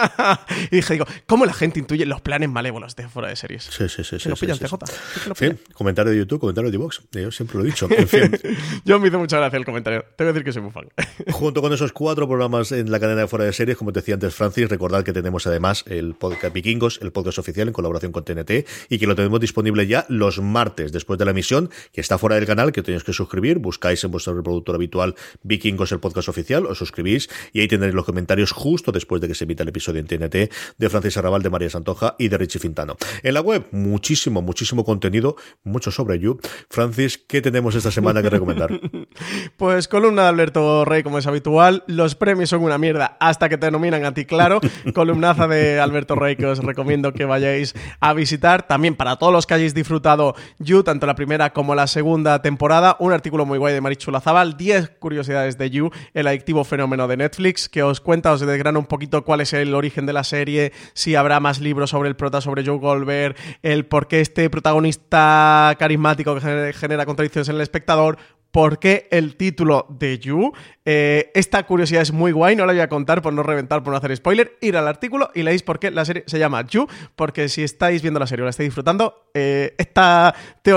Y dije, ¿cómo la gente intuye los planes malévolos de Fuera de Series? Sí. ¿Que lo pillan, CJ? En fin, comentario de YouTube, comentario de iVoox, yo siempre lo he dicho. En fin. Yo me hizo mucha gracia el comentario, tengo que decir que soy muy fan. Junto con esos 4 programas en la cadena de Fuera de Series, como te decía antes Francis, recordad que tenemos además el podcast Vikingos, el podcast oficial en colaboración con TNT, y que lo tenemos disponible ya los martes después de la emisión, que está fuera del canal, que tenéis que suscribir, buscáis en vuestro reproductor habitual Vikingos, el podcast oficial, os suscribís y ahí tendréis los comentarios justo después de que se emita el episodio en TNT de Francis Arrabal, de María Santoja y de Richie Fintano. En la web, muchísimo contenido, mucho sobre You. Francis, ¿qué tenemos esta semana que recomendar? Pues columna de Alberto Rey, como es habitual. Los premios son una mierda hasta que te nominan a ti, claro. Columnaza de Alberto Rey que os recomiendo que vayáis a visitar. También para todos los que hayáis disfrutado You, tanto la primera como la segunda temporada, un artículo muy guay de Marichu Lazabal, 10 curiosidades de You, el adictivo fenómeno de Netflix, que os cuenta, os desgrana un poquito cuál es el origen de la serie, si habrá más libros sobre el prota, sobre Joe Goldberg, el por qué este protagonista carismático que genera contradicciones en el espectador, por qué el título de You. Esta curiosidad es muy guay, no la voy a contar por no reventar, por no hacer spoiler. Ir al artículo y leéis por qué la serie se llama You, porque si estáis viendo la serie o la estáis disfrutando, esta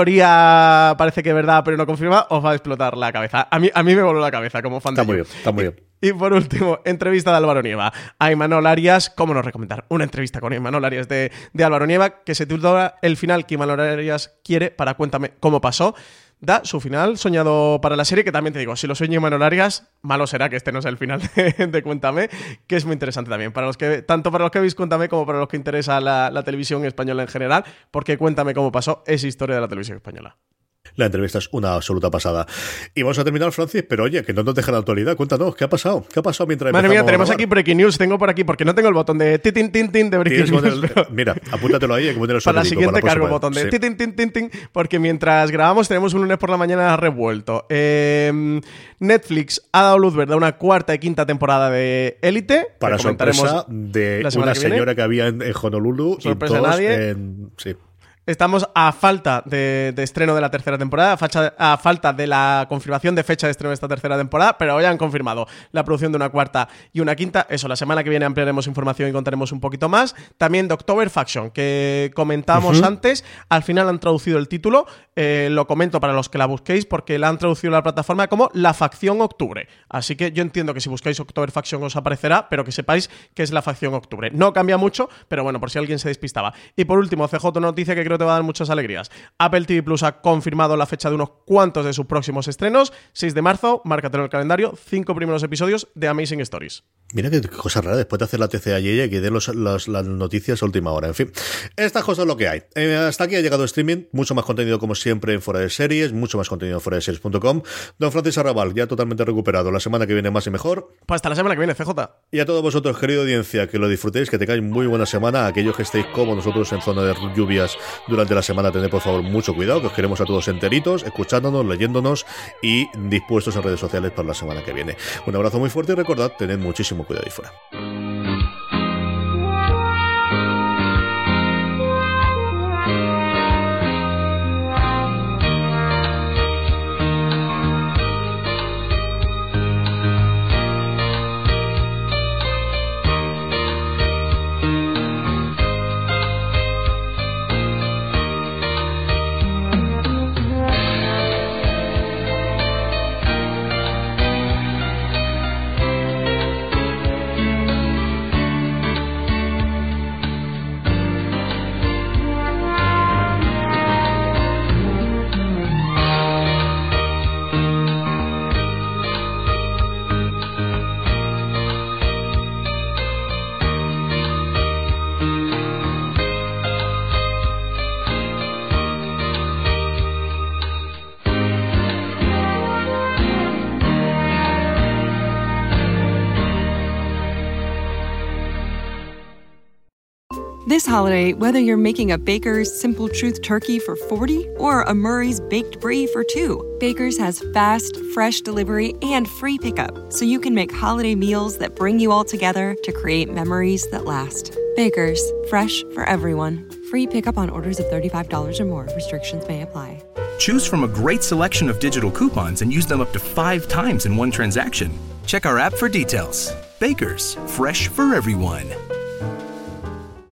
teoría parece que es verdad pero no confirma, os va a explotar la cabeza. A mí me voló la cabeza como fan de You. Está muy bien. Y por último, entrevista de Álvaro Nieva a Imanol Arias. ¿Cómo no recomendar una entrevista con Imanol Arias de Álvaro Nieva, que se titula El final que Imanol Arias quiere para Cuéntame cómo pasó? Da su final soñado para la serie, que también te digo, si lo sueña Imanol Arias, malo será que este no sea el final de Cuéntame, que es muy interesante también, tanto para los que veis Cuéntame como para los que interesa la televisión española en general, porque Cuéntame cómo pasó es historia de la televisión española. La entrevista es una absoluta pasada. Y vamos a terminar, Francis, pero oye, que no nos deja la actualidad. Cuéntanos, ¿qué ha pasado? ¿Qué ha pasado mientras Madre mía, tenemos a aquí Breaking News. Tengo por aquí, porque no tengo el botón de tin de Breaking News. Mira, apúntatelo ahí, hay que poner el para la siguiente cargo el botón de tin, porque mientras grabamos tenemos un lunes por la mañana revuelto. Netflix ha dado luz verde a una cuarta y quinta temporada de Élite. Para sorpresa de una señora que había en Honolulu. Sorpresa y todos nadie. Sí. Estamos a falta de estreno de la tercera temporada, a falta de la confirmación de fecha de estreno de esta tercera temporada, pero ya han confirmado la producción de una cuarta y una quinta. Eso, la semana que viene ampliaremos información y contaremos un poquito más. También de October Faction, que comentábamos antes, al final han traducido el título, lo comento para los que la busquéis, porque la han traducido a la plataforma como La Facción Octubre. Así que yo entiendo que si buscáis October Faction os aparecerá, pero que sepáis que es La Facción Octubre. No cambia mucho, pero bueno, por si alguien se despistaba. Y por último, CJ, una noticia que creo te va a dar muchas alegrías. Apple TV Plus ha confirmado la fecha de unos cuantos de sus próximos estrenos. 6 de marzo, márcatelo en el calendario, 5 primeros episodios de Amazing Stories. Mira qué cosa rara, después de hacer la TCA y que dé las noticias a última hora. En fin, estas cosas es lo que hay. Hasta aquí ha llegado streaming, mucho más contenido como siempre en Fuera de Series, mucho más contenido en fueradeseries.com. Don Francis Arrabal, ya totalmente recuperado. La semana que viene más y mejor. Pues hasta la semana que viene, CJ. Y a todos vosotros, querida audiencia, que lo disfrutéis, que tengáis muy buena semana. Aquellos que estéis como nosotros en zona de lluvias durante la semana, tened por favor mucho cuidado, que os queremos a todos enteritos, escuchándonos, leyéndonos y dispuestos en redes sociales para la semana que viene. Un abrazo muy fuerte y recordad, tened muchísimo cuidado ahí fuera. This holiday, whether you're making a Baker's Simple Truth turkey for 40 or a Murray's Baked Brie for 2, Baker's has fast, fresh delivery and free pickup, so you can make holiday meals that bring you all together to create memories that last. Baker's, fresh for everyone. Free pickup on orders of $35 or more. Restrictions may apply. Choose from a great selection of digital coupons and use them up to 5 times in one transaction. Check our app for details. Baker's, fresh for everyone.